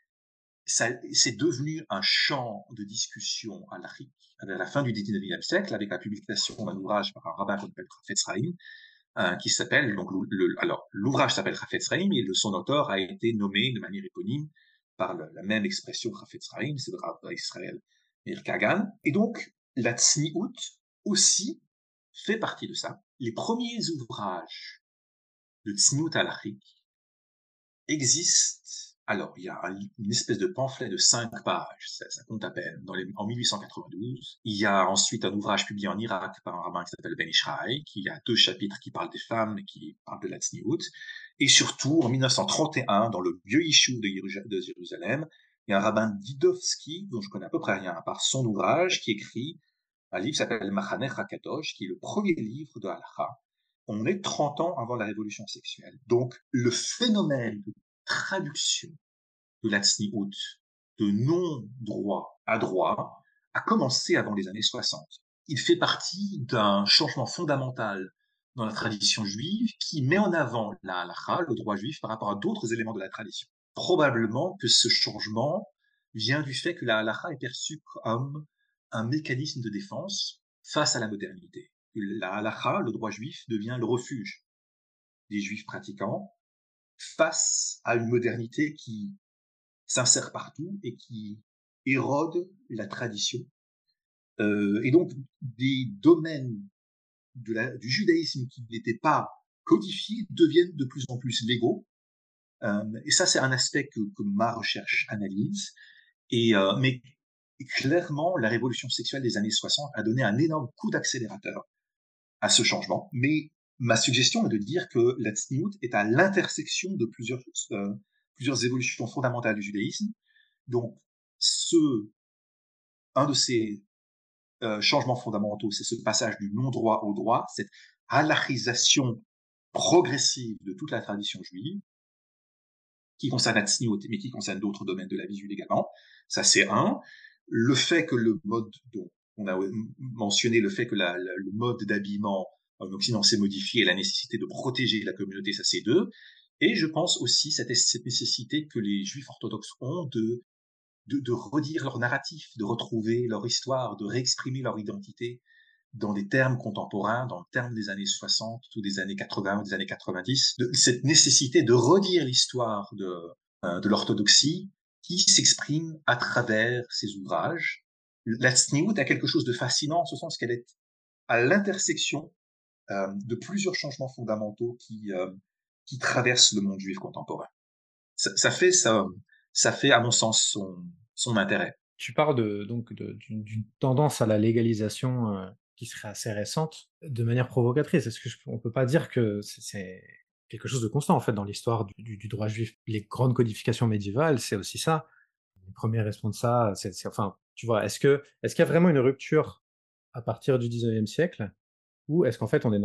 C'est devenu un champ de discussion halachique à la fin du XIXe siècle, avec la publication d'un ouvrage par un rabbin qu'on appelle Chafetz Chaim, qui s'appelle, donc, alors, l'ouvrage s'appelle Chafetz Chaim, et son auteur a été nommé de manière éponyme par la même expression Chafetz Chaim, c'est le rabbin Israël Meir Kagan. Et donc, la tzniut aussi fait partie de ça. Les premiers ouvrages de tzniut halachique existent. Alors, il y a une espèce de pamphlet de 5 pages, ça compte à peine, en 1892. Il y a ensuite un ouvrage publié en Irak par un rabbin qui s'appelle Ben Ishraï, qui a 2 chapitres qui parlent des femmes et qui parlent de la tzniut. Et surtout, en 1931, dans le vieux Yishuv de Jérusalem, il y a un rabbin Didovski, dont je connais à peu près rien, à part son ouvrage, qui écrit un livre qui s'appelle Machaneh HaKadosh, qui est le premier livre de Halakha. On est 30 ans avant la révolution sexuelle. Donc, le phénomène de traduction de la tzniut de non-droit à droit a commencé avant les années 60. Il fait partie d'un changement fondamental dans la tradition juive qui met en avant la halakha, le droit juif, par rapport à d'autres éléments de la tradition. Probablement que ce changement vient du fait que la halakha est perçue comme un mécanisme de défense face à la modernité. La halakha, le droit juif, devient le refuge des juifs pratiquants face à une modernité qui s'insère partout et qui érode la tradition. Et donc, des domaines du judaïsme qui n'étaient pas codifiés deviennent de plus en plus légaux. Et ça, c'est un aspect que ma recherche analyse. Mais clairement, la révolution sexuelle des années 60 a donné un énorme coup d'accélérateur à ce changement. Mais ma suggestion est de dire que la tzniut est à l'intersection de plusieurs évolutions fondamentales du judaïsme. Donc, un de ces changements fondamentaux, c'est ce passage du non-droit au droit, cette halachisation progressive de toute la tradition juive, qui concerne la tzniut, mais qui concerne d'autres domaines de la vie juive également. Ça, c'est un. Le fait que le mode dont on a mentionné, le fait que le mode d'habillement en Occident s'est modifié et la nécessité de protéger la communauté, ça, c'est deux. Et je pense aussi cette nécessité que les juifs orthodoxes ont de redire leur narratif, de retrouver leur histoire, de réexprimer leur identité dans des termes contemporains, dans le terme des années 60 ou des années 80 ou des années 90, de cette nécessité de redire l'histoire de l'orthodoxie qui s'exprime à travers ces ouvrages. La Tzniut a quelque chose de fascinant en ce sens qu'elle est à l'intersection de plusieurs changements fondamentaux qui traversent le monde juif contemporain. Ça fait, à mon sens, son intérêt. Tu parles d'une tendance à la légalisation qui serait assez récente, de manière provocatrice. Est-ce que on peut pas dire que c'est quelque chose de constant en fait dans l'histoire du droit juif? Les grandes codifications médiévales, c'est aussi ça. Les premiers responsa, enfin, tu vois, est-ce qu'il y a vraiment une rupture à partir du 19e siècle? Ou est-ce qu'en fait on est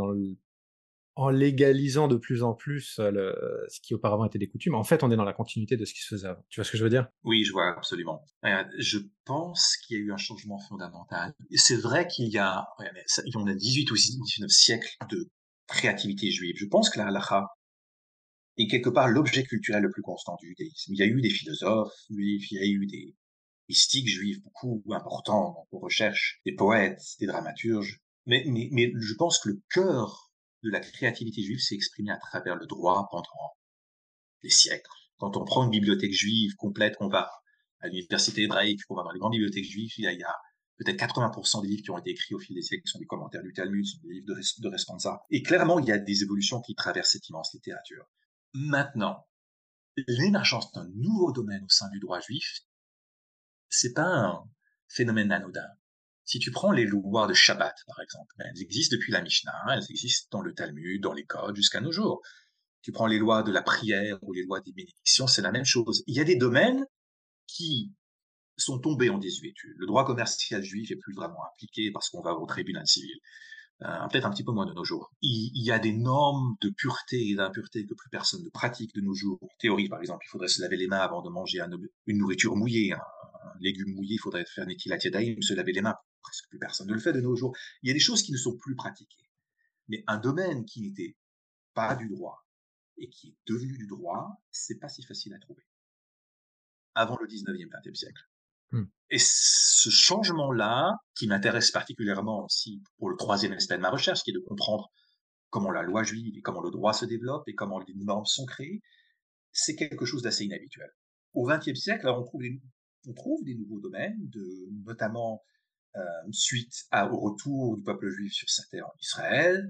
en légalisant de plus en plus ce qui auparavant était des coutumes, en fait on est dans la continuité de ce qui se faisait avant. Tu vois ce que je veux dire? Oui, je vois absolument. Je pense qu'il y a eu un changement fondamental. Et c'est vrai qu'il y a, il y en a 18 ou 19 siècles de créativité juive. Je pense que la halakha est quelque part l'objet culturel le plus constant du judaïsme. Il y a eu des philosophes, il y a eu des mystiques juifs beaucoup importants dans nos recherches, des poètes, des dramaturges. Mais je pense que le cœur de la créativité juive s'est exprimé à travers le droit pendant des siècles. Quand on prend une bibliothèque juive complète, on va à l'université hébraïque, on va dans les grandes bibliothèques juives, il y a peut-être 80% des livres qui ont été écrits au fil des siècles sont des commentaires du Talmud, sont des livres de Responsa. Et clairement, il y a des évolutions qui traversent cette immense littérature. Maintenant, l'émergence d'un nouveau domaine au sein du droit juif, c'est pas un phénomène anodin. Si tu prends les lois de Shabbat, par exemple, elles existent depuis la Mishnah, elles existent dans le Talmud, dans les codes, jusqu'à nos jours. Tu prends les lois de la prière ou les lois des bénédictions, c'est la même chose. Il y a des domaines qui sont tombés en désuétude. Le droit commercial juif est plus vraiment appliqué parce qu'on va au tribunal civil. Peut-être un petit peu moins de nos jours. Il y a des normes de pureté et d'impureté que plus personne ne pratique de nos jours. En théorie, par exemple, il faudrait se laver les mains avant de manger une nourriture mouillée, un légume mouillé, il faudrait faire netilat yadayim, se laver les mains. Presque plus personne ne le fait de nos jours. Il y a des choses qui ne sont plus pratiquées. Mais un domaine qui n'était pas du droit et qui est devenu du droit, c'est pas si facile à trouver. Avant le 19e, 20e siècle. Et ce changement-là, qui m'intéresse particulièrement aussi pour le troisième aspect de ma recherche, qui est de comprendre comment la loi juive et comment le droit se développe et comment les normes sont créées, c'est quelque chose d'assez inhabituel. Au XXe siècle, on trouve des nouveaux domaines, notamment suite au retour du peuple juif sur sa terre en Israël.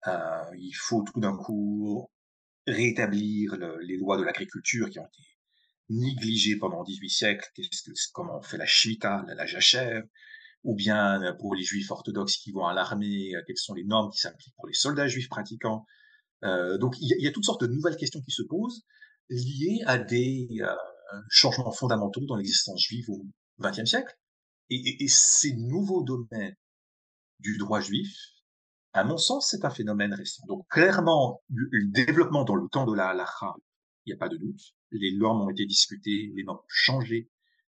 Il faut tout d'un coup rétablir les lois de l'agriculture qui ont été négligées pendant 18 siècles, comment on fait la shmita, la jachère, ou bien pour les juifs orthodoxes qui vont à l'armée, quelles sont les normes qui s'appliquent pour les soldats juifs pratiquants. Donc il y a toutes sortes de nouvelles questions qui se posent liées à des changements fondamentaux dans l'existence juive au XXe siècle. Et ces nouveaux domaines du droit juif, à mon sens, c'est un phénomène récent. Donc clairement, le développement dans le temps de la halakha, il n'y a pas de doute. Les normes ont été discutées, les normes ont changé,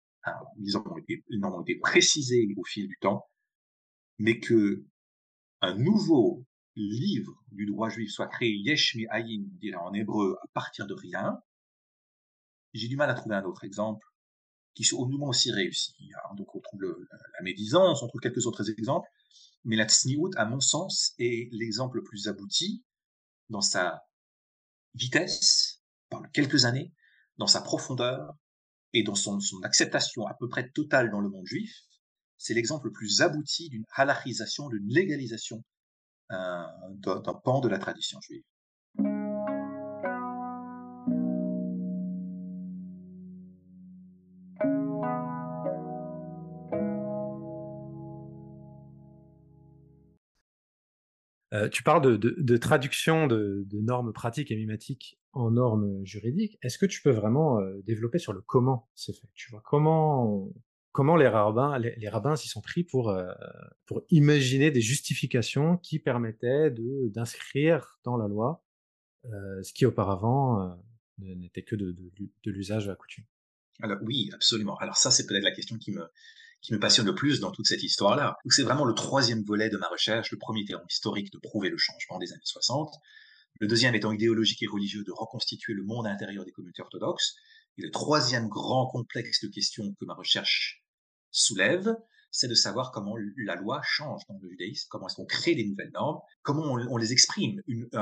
les normes ont été précisées au fil du temps, mais que un nouveau livre du droit juif soit créé yesh mi ayin, on dirait en hébreu, à partir de rien, j'ai du mal à trouver un autre exemple qui soit au moins aussi réussi. Alors, donc on trouve la médisance, on trouve quelques autres exemples, mais la tsniout, à mon sens, est l'exemple le plus abouti dans sa vitesse, par quelques années, dans sa profondeur et dans son acceptation à peu près totale dans le monde juif. C'est l'exemple le plus abouti d'une halachisation, d'une légalisation d'un pan de la tradition juive. Tu parles de traduction de normes pratiques et mimatiques en normes juridiques. Est-ce que tu peux vraiment développer sur le comment c'est fait? Tu vois, comment les rabbins s'y sont pris pour imaginer des justifications qui permettaient d'inscrire dans la loi, ce qui auparavant, n'était que de l'usage coutume. Alors oui, absolument. Alors ça, c'est peut-être la question qui me passionne le plus dans toute cette histoire-là. Donc c'est vraiment le troisième volet de ma recherche. Le premier étant historique, de prouver le changement des années 60. Le deuxième étant idéologique et religieux, de reconstituer le monde intérieur des communautés orthodoxes. Et le troisième grand complexe de questions que ma recherche soulève, c'est de savoir comment la loi change dans le judaïsme, comment est-ce qu'on crée des nouvelles normes, comment on les exprime.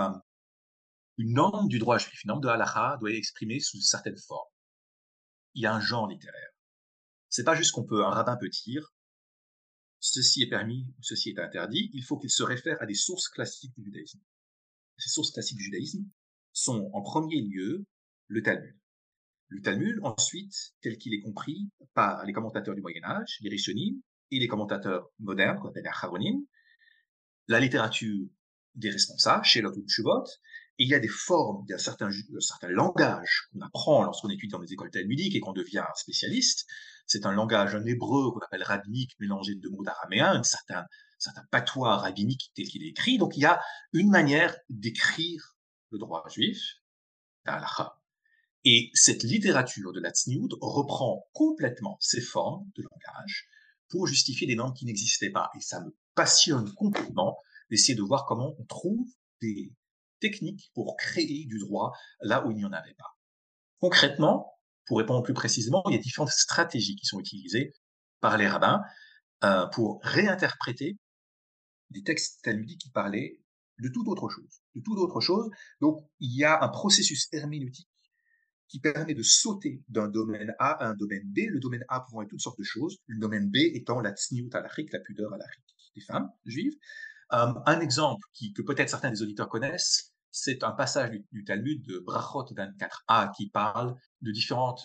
Une norme du droit juif, une norme de halakha doit être exprimée sous certaines formes. Il y a un genre littéraire. C'est pas juste un rabbin peut dire, ceci est permis ou ceci est interdit, il faut qu'il se réfère à des sources classiques du judaïsme. Ces sources classiques du judaïsme sont en premier lieu le Talmud. Le Talmud, ensuite, tel qu'il est compris par les commentateurs du Moyen-Âge, les Rishonim, et les commentateurs modernes, qu'on appelle les Acharonim, la littérature des responsables, chez l'autre Shuvot, et il y a des formes, il y a certains langages qu'on apprend lorsqu'on étudie dans les écoles talmudiques et qu'on devient spécialiste. C'est un langage, un hébreu qu'on appelle rabbinique, mélangé de mots d'araméen, un certain patois rabbinique tel qu'il est écrit. Donc il y a une manière d'écrire le droit juif, la halakha. Et cette littérature de la tzniut reprend complètement ces formes de langage pour justifier des normes qui n'existaient pas. Et ça me passionne complètement d'essayer de voir comment on trouve des techniques pour créer du droit là où il n'y en avait pas. Concrètement, pour répondre plus précisément, il y a différentes stratégies qui sont utilisées par les rabbins pour réinterpréter des textes talmudiques qui parlaient de toute autre chose. De toute autre chose. Donc, il y a un processus herméneutique qui permet de sauter d'un domaine A à un domaine B, le domaine A pouvant être toutes sortes de choses, le domaine B étant la tsniout halakhique, la pudeur halakhique des femmes juives. Un exemple que peut-être certains des auditeurs connaissent, c'est un passage du Talmud de Brachot 24a qui parle de différents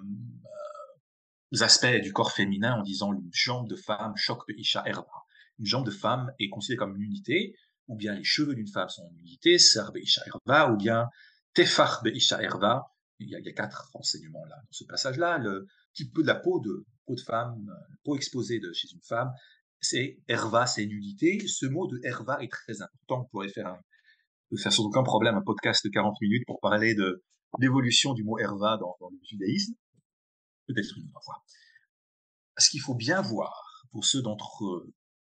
aspects du corps féminin en disant une jambe de femme shok be'isha erva. Une jambe de femme est considérée comme une unité, ou bien les cheveux d'une femme sont une unité, ser be'isha erva, ou bien tefach be'isha erva. Il y a 4 renseignements là dans ce passage-là. Le petit peu de la peau de femme, peau exposée chez une femme, c'est erva, c'est une unité. Ce mot de erva est très important. On pourrait faire sans aucun problème un podcast de 40 minutes pour parler de l'évolution du mot erva dans le judaïsme. Peut-être une autre fois. Ce qu'il faut bien voir, pour ceux d'entre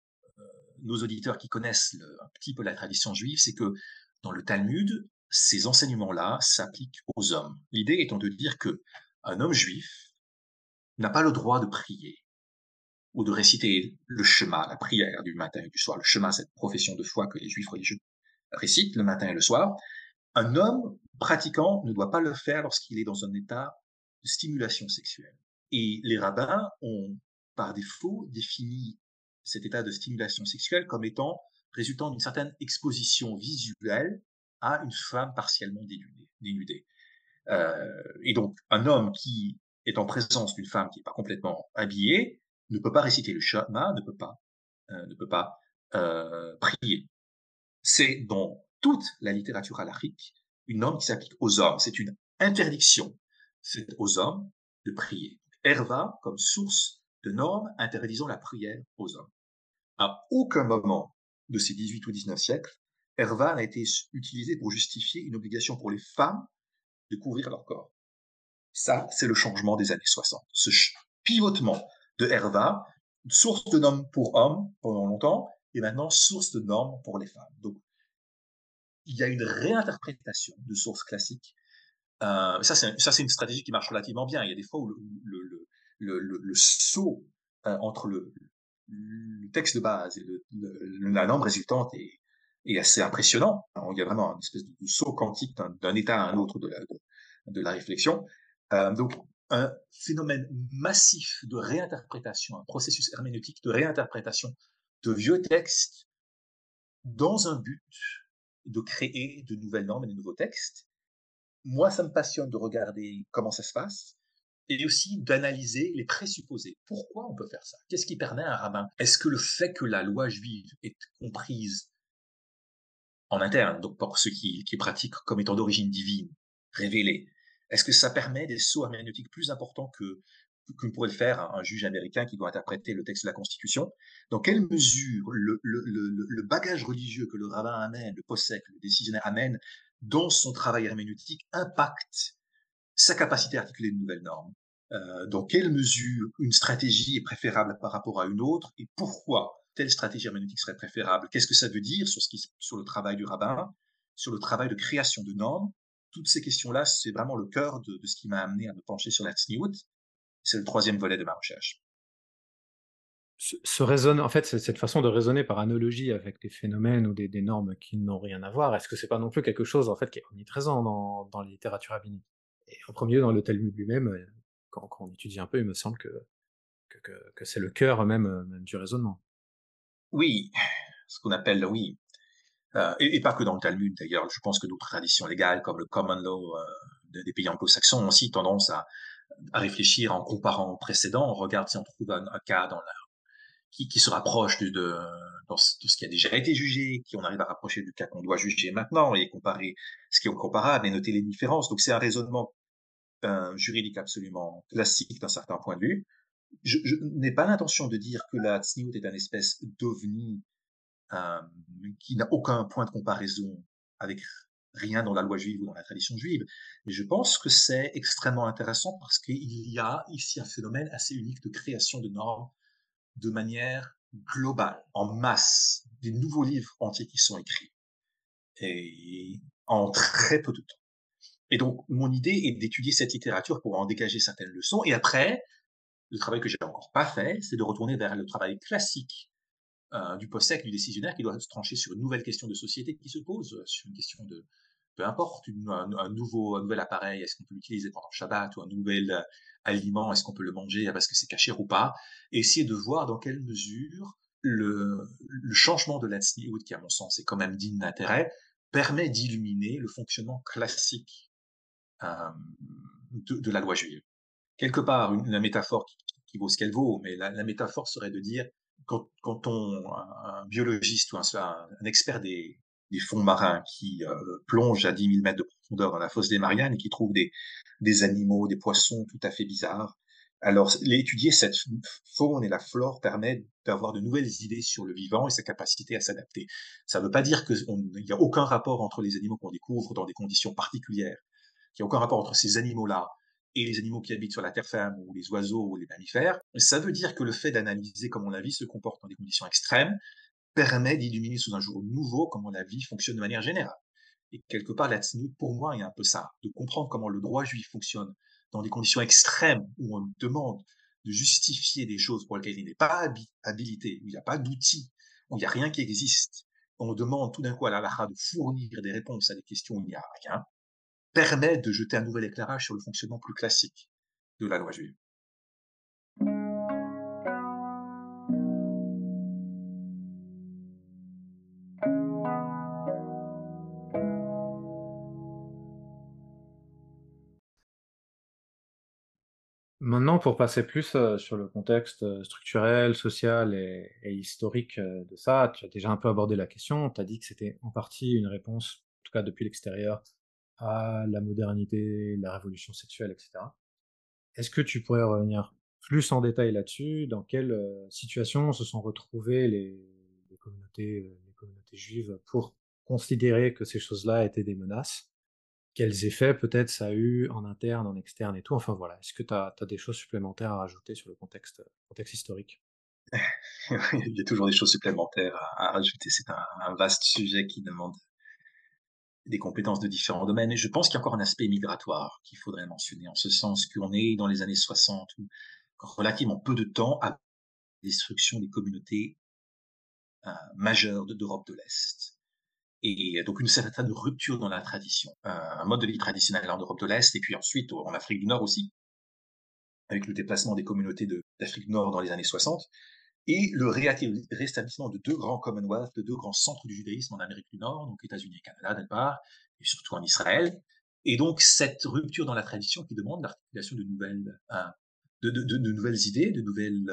nos auditeurs qui connaissent un petit peu la tradition juive, c'est que dans le Talmud, ces enseignements-là s'appliquent aux hommes. L'idée étant de dire que un homme juif n'a pas le droit de prier ou de réciter le Shema, la prière du matin et du soir. Le Shema, cette profession de foi que les juifs religieux récitent le matin et le soir. Un homme pratiquant ne doit pas le faire lorsqu'il est dans un état de stimulation sexuelle. Et les rabbins ont, par défaut, défini cet état de stimulation sexuelle comme étant résultant d'une certaine exposition visuelle à une femme partiellement dénudée. Et donc, un homme qui est en présence d'une femme qui n'est pas complètement habillée ne peut pas réciter le Shema, ne peut pas prier. C'est dans toute la littérature halakhique une norme qui s'applique aux hommes. C'est une interdiction faite aux hommes de prier. Erva comme source de normes interdisant la prière aux hommes. À aucun moment de ces 18 ou 19 siècles, Erva n'a été utilisé pour justifier une obligation pour les femmes de couvrir leur corps. Ça, c'est le changement des années 60. Ce pivotement de Erva, source de normes pour hommes pendant longtemps, et maintenant source de normes pour les femmes. Donc, il y a une réinterprétation de sources classiques. Ça, c'est une stratégie qui marche relativement bien. Il y a des fois où le saut entre le texte de base et la norme résultante est assez impressionnant. Alors, il y a vraiment une espèce de saut quantique d'un état à un autre de la réflexion. Donc, un phénomène massif de réinterprétation, un processus herméneutique de réinterprétation de vieux textes dans un but de créer de nouvelles normes et de nouveaux textes. Moi, ça me passionne de regarder comment ça se passe et aussi d'analyser les présupposés. Pourquoi on peut faire ça? Qu'est-ce qui permet à un rabbin? Est-ce que le fait que la loi juive est comprise en interne, donc pour ceux qui pratiquent comme étant d'origine divine, révélée, est-ce que ça permet des sauts herméneutiques plus importants que que pourrait le faire un juge américain qui doit interpréter le texte de la Constitution. Dans quelle mesure le bagage religieux que le rabbin amène, le possèque, le décisionnaire amène dans son travail herméneutique impacte sa capacité à articuler de nouvelles normes. Dans quelle mesure une stratégie est préférable par rapport à une autre et pourquoi telle stratégie herméneutique serait préférable. Qu'est-ce que ça veut dire sur le travail du rabbin, sur le travail de création de normes. Toutes ces questions-là, c'est vraiment le cœur de ce qui m'a amené à me pencher sur la tsniout. C'est le troisième volet de ma recherche. En fait, cette façon de raisonner par analogie avec des phénomènes ou des normes qui n'ont rien à voir, est-ce que c'est pas non plus quelque chose, en fait, qui est omniprésent dans la littérature rabbinique? Et en premier lieu, dans le Talmud lui-même, quand on étudie un peu, il me semble que c'est le cœur même du raisonnement. Oui, ce qu'on appelle, oui, et pas que dans le Talmud d'ailleurs. Je pense que d'autres traditions légales, comme le common law des pays anglo-saxons, ont aussi tendance à réfléchir en comparant au précédent. On regarde si on trouve un cas qui se rapproche dans ce qui a déjà été jugé, qui on arrive à rapprocher du cas qu'on doit juger maintenant et comparer ce qui est comparable et noter les différences. Donc c'est un raisonnement juridique absolument classique d'un certain point de vue. Je n'ai pas l'intention de dire que la tsniout est un espèce d'ovni euh, qui n'a aucun point de comparaison avec rien dans la loi juive ou dans la tradition juive. Mais je pense que c'est extrêmement intéressant parce qu'il y a ici un phénomène assez unique de création de normes de manière globale, en masse, des nouveaux livres entiers qui sont écrits et en très peu de temps. Et donc, mon idée est d'étudier cette littérature pour en dégager certaines leçons. Et après, le travail que j'ai encore pas fait, c'est de retourner vers le travail classique du possèque, du décisionnaire, qui doit se trancher sur une nouvelle question de société qui se pose, sur une question de, peu importe, un nouvel appareil, est-ce qu'on peut l'utiliser pendant Shabbat, ou un nouvel aliment, est-ce qu'on peut le manger parce que c'est caché ou pas, et essayer de voir dans quelle mesure le changement de l'Atsniout, qui à mon sens est quand même digne d'intérêt, permet d'illuminer le fonctionnement classique euh, de la loi juive. Quelque part, une métaphore qui vaut ce qu'elle vaut, mais la métaphore serait de dire, un biologiste ou un expert des fonds marins qui plonge à 10 000 mètres de profondeur dans la fosse des Mariannes et qui trouve des animaux, des poissons tout à fait bizarres, alors étudier cette faune et la flore permet d'avoir de nouvelles idées sur le vivant et sa capacité à s'adapter. Ça ne veut pas dire qu'il n'y a aucun rapport entre les animaux qu'on découvre dans des conditions particulières, qu'il n'y a aucun rapport entre ces animaux-là et les animaux qui habitent sur la terre ferme, ou les oiseaux, ou les mammifères. Ça veut dire que le fait d'analyser comment la vie se comporte dans des conditions extrêmes permet d'illuminer sous un jour nouveau comment la vie fonctionne de manière générale. Et quelque part, la tsniout, pour moi, il y a un peu ça, de comprendre comment le droit juif fonctionne dans des conditions extrêmes où on lui demande de justifier des choses pour lesquelles il n'est pas habilité, où il n'y a pas d'outils, où il n'y a rien qui existe. On demande tout d'un coup à la halakha de fournir des réponses à des questions où il n'y a rien, permet de jeter un nouvel éclairage sur le fonctionnement plus classique de la loi juive. Maintenant, pour passer plus sur le contexte structurel, social et historique de ça, tu as déjà un peu abordé la question, tu as dit que c'était en partie une réponse, en tout cas depuis l'extérieur, à la modernité, la révolution sexuelle, etc. Est-ce que tu pourrais revenir plus en détail là-dessus? Dans quelle situation se sont retrouvées les communautés juives pour considérer que ces choses-là étaient des menaces? Quels effets peut-être ça a eu en interne, en externe et tout? Enfin voilà, est-ce que tu as des choses supplémentaires à rajouter sur le contexte historique? Il y a toujours des choses supplémentaires à rajouter. C'est un vaste sujet qui demande des compétences de différents domaines. Et je pense qu'il y a encore un aspect migratoire qu'il faudrait mentionner, en ce sens qu'on est dans les années 60, où relativement peu de temps après la destruction des communautés majeures d'Europe de l'Est. Et donc une certaine rupture dans la tradition, un mode de vie traditionnel en Europe de l'Est, et puis ensuite en Afrique du Nord aussi, avec le déplacement des communautés d'Afrique du Nord dans les années 60, et le rétablissement de deux grands Commonwealth, de deux grands centres du judaïsme en Amérique du Nord, donc États-Unis et Canada d'une part, et surtout en Israël. Et donc cette rupture dans la tradition qui demande l'articulation de nouvelles, de nouvelles idées, de nouvelles...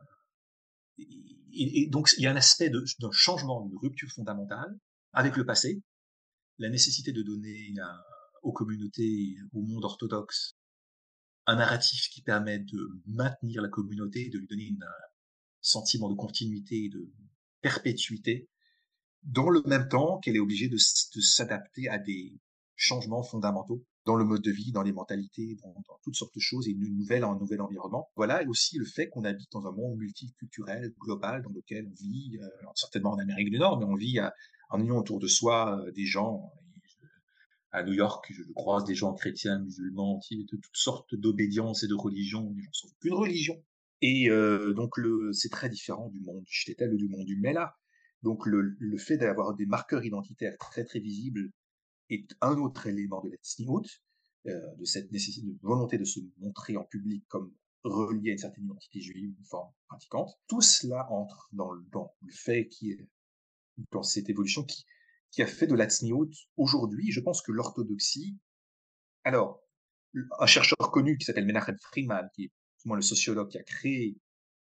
et donc il y a un aspect d'un changement, d'une rupture fondamentale avec le passé, la nécessité de donner aux communautés, au monde orthodoxe, un narratif qui permet de maintenir la communauté, de lui donner un sentiment de continuité et de perpétuité, dans le même temps qu'elle est obligée de s'adapter à des changements fondamentaux dans le mode de vie, dans les mentalités, dans toutes sortes de choses et un nouvel environnement. Voilà, et aussi le fait qu'on habite dans un monde multiculturel, global, dans lequel on vit, certainement en Amérique du Nord, mais on vit en ayant autour de soi des gens. À New York, je croise des gens chrétiens, musulmans, de toutes sortes d'obédiences et de religions. Les gens sont qu'une religion. Et donc, c'est très différent du monde shtetl ou du monde du Mela. Donc, le fait d'avoir des marqueurs identitaires très, très visibles est un autre élément de l'Etsniout, de cette nécessité, de volonté de se montrer en public comme relié à une certaine identité juive, une forme pratiquante. Tout cela entre dans le fait qui est, dans cette évolution qui a fait de la tsniout aujourd'hui, je pense que l'orthodoxie. Alors, un chercheur connu qui s'appelle Menachem Friedman, qui est moi le sociologue qui a créé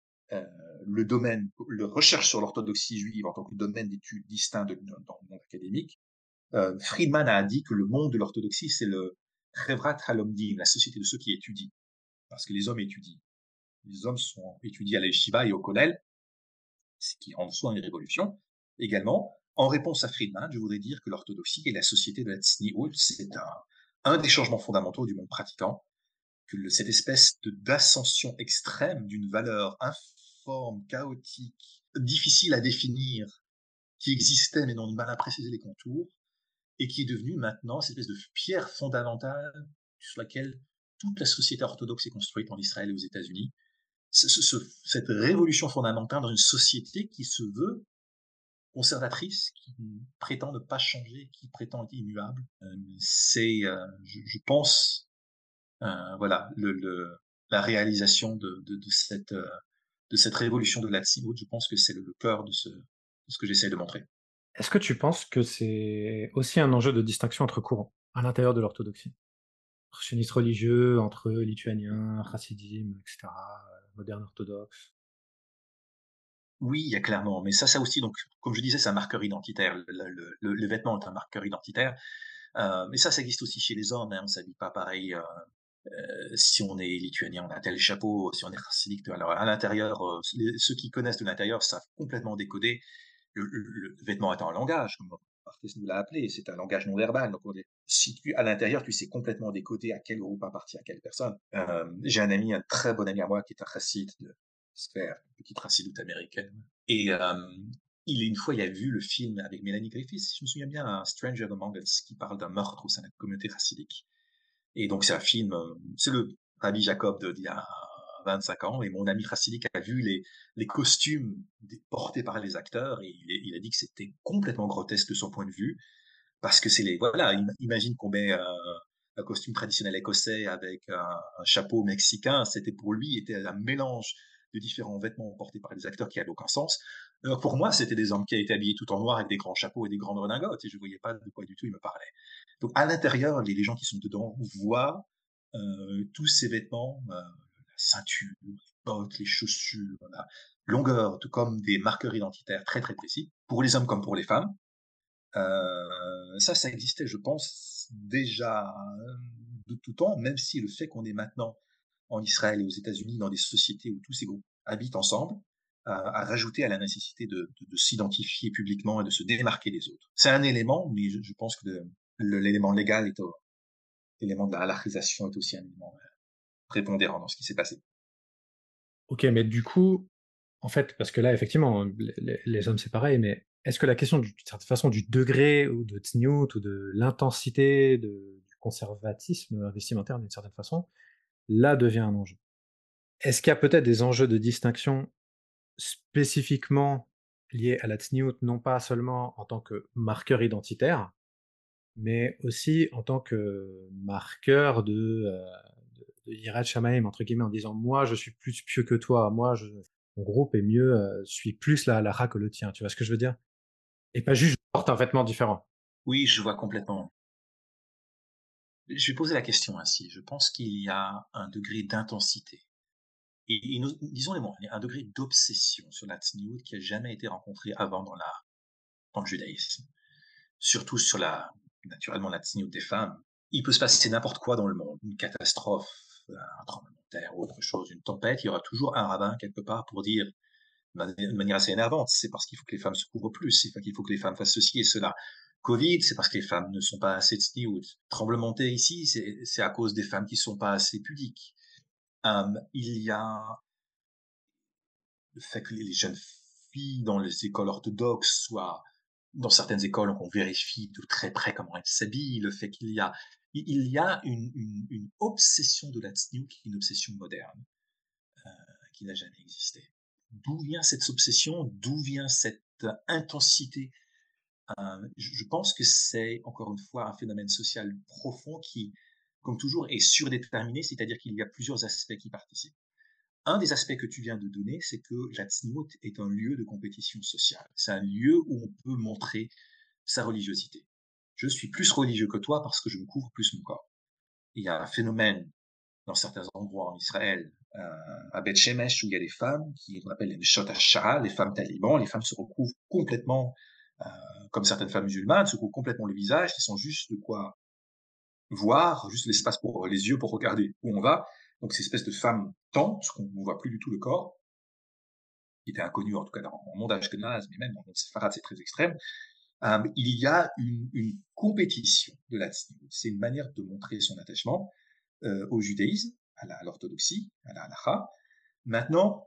le domaine, le recherche sur l'orthodoxie juive en tant que domaine d'études distinct dans le monde académique, Friedman a dit que le monde de l'orthodoxie, c'est le Chevrat Halomdim, la société de ceux qui étudient, parce que les hommes étudient. Les hommes sont étudiés à l'Yeshiva et au Kollel, ce qui en soi une révolution. Également, en réponse à Friedman, je voudrais dire que l'orthodoxie et la société de la Tzniut, c'est un des changements fondamentaux du monde pratiquant, que cette espèce d'ascension extrême d'une valeur informe, chaotique, difficile à définir, qui existait mais dont on a mal à préciser les contours, et qui est devenue maintenant cette espèce de pierre fondamentale sur laquelle toute la société orthodoxe est construite en Israël et aux États-Unis. Cette révolution fondamentale dans une société qui se veut conservatrice, qui prétend ne pas changer, qui prétend être immuable. Je pense, voilà, la réalisation de cette révolution de l'Atsimout, je pense que c'est le cœur de ce que j'essaie de montrer. Est-ce que tu penses que c'est aussi un enjeu de distinction entre courants, à l'intérieur de l'orthodoxie? Entre sionistes religieux, entre lituaniens, chassidim, et cetera, modernes orthodoxes? Oui, il y a clairement, mais ça aussi, donc, comme je disais, c'est un marqueur identitaire. Le vêtement est un marqueur identitaire, mais ça existe aussi chez les hommes, hein, on s'habille pas pareil. Si on est lituanien, on a tel chapeau, si on est chassidique, alors à l'intérieur, ceux qui connaissent de l'intérieur savent complètement décoder. Le vêtement est un langage, comme Barthes nous l'a appelé, c'est un langage non verbal. Donc, si à l'intérieur, tu sais complètement décoder à quel groupe appartient à quelle personne. J'ai un ami, un très bon ami à moi, qui est un chassid de Sphère, une petite chassidoute américaine. Et une fois, il a vu le film avec Mélanie Griffith, si je me souviens bien, un Stranger Among Us, qui parle d'un meurtre au sein de la communauté chassidique. Et donc, c'est un film, c'est le Rabbi Jacob d'il y a 25 ans, et mon ami chassidique a vu les costumes portés par les acteurs, et il a dit que c'était complètement grotesque de son point de vue, parce que voilà, imagine qu'on met un costume traditionnel écossais avec un chapeau mexicain, c'était pour lui, était un mélange de différents vêtements portés par les acteurs qui n'avait aucun sens. Alors pour moi, c'était des hommes qui étaient habillés tout en noir avec des grands chapeaux et des grandes redingotes, et je voyais pas de quoi du tout il me parlait. Donc à l'intérieur, les gens qui sont dedans voient tous ces vêtements, la ceinture, les bottes, les chaussures, la longueur, tout comme des marqueurs identitaires très très précis, pour les hommes comme pour les femmes. Ça existait, je pense, déjà de tout temps, même si le fait qu'on est maintenant en Israël et aux États-Unis dans des sociétés où tous ces groupes habitent ensemble, a rajouté à la nécessité de s'identifier publiquement et de se démarquer des autres. C'est un élément, mais je pense que l'élément légal l'élément de la halachisation est aussi un élément prépondérant dans ce qui s'est passé. OK, mais du coup, en fait, parce que là, effectivement, les hommes, c'est pareil, mais est-ce que la question d'une certaine façon du degré ou de tsniout ou de l'intensité du conservatisme vestimentaire d'une certaine façon, là devient un enjeu? Est-ce qu'il y a peut-être des enjeux de distinction spécifiquement liés à la tsniout, non pas seulement en tant que marqueur identitaire, mais aussi en tant que marqueur de Yirat Shamayim, entre guillemets, en disant: «Moi, je suis plus pieux que toi, mon groupe est mieux, suit plus la halakha que le tien». Tu vois ce que je veux dire? Et pas juste: «Je porte un vêtement différent». Oui, je vois complètement. Je vais poser la question ainsi. Je pense qu'il y a un degré d'intensité et disons les mots, il y a un degré d'obsession sur la tsniout qui a jamais été rencontré avant dans le judaïsme. Surtout naturellement, la tsniout des femmes. Il peut se passer n'importe quoi dans le monde, une catastrophe, un tremblement de terre ou autre chose, une tempête, il y aura toujours un rabbin quelque part pour dire de manière assez énervante, c'est parce qu'il faut que les femmes se couvrent plus, c'est parce qu'il faut que les femmes fassent ceci et cela. Covid, c'est parce que les femmes ne sont pas assez tsniout. Tremblement de terre ici, c'est à cause des femmes qui ne sont pas assez pudiques. Il y a le fait que les jeunes filles dans les écoles orthodoxes soient, dans certaines écoles, on vérifie de très près comment elles s'habillent, le fait il y a une obsession de la tsniout qui est une obsession moderne, qui n'a jamais existé. D'où vient cette obsession? D'où vient cette intensité? Je pense que c'est, encore une fois, un phénomène social profond qui, comme toujours, est surdéterminé, c'est-à-dire qu'il y a plusieurs aspects qui participent. Un des aspects que tu viens de donner, c'est que la tzniut est un lieu de compétition sociale. C'est un lieu où on peut montrer sa religiosité. Je suis plus religieux que toi parce que je me couvre plus mon corps. Il y a un phénomène dans certains endroits en Israël, à Beth Shemesh, où il y a des femmes qu'on appelle les Neshot HaShara, les femmes talibans. Les femmes se recouvrent complètement, comme certaines femmes musulmanes, se couvrent complètement le visage, elles sont juste de quoi voir, juste l'espace pour les yeux pour regarder où on va. Donc, ces espèces de femmes tentes, qu'on ne voit plus du tout le corps, qui était inconnu en tout cas dans le monde ashkénaze, mais même dans le monde séfarade, c'est très extrême. Il y a une compétition de la tzniut. C'est une manière de montrer son attachement au judaïsme, à l'orthodoxie, à la halakha. Maintenant,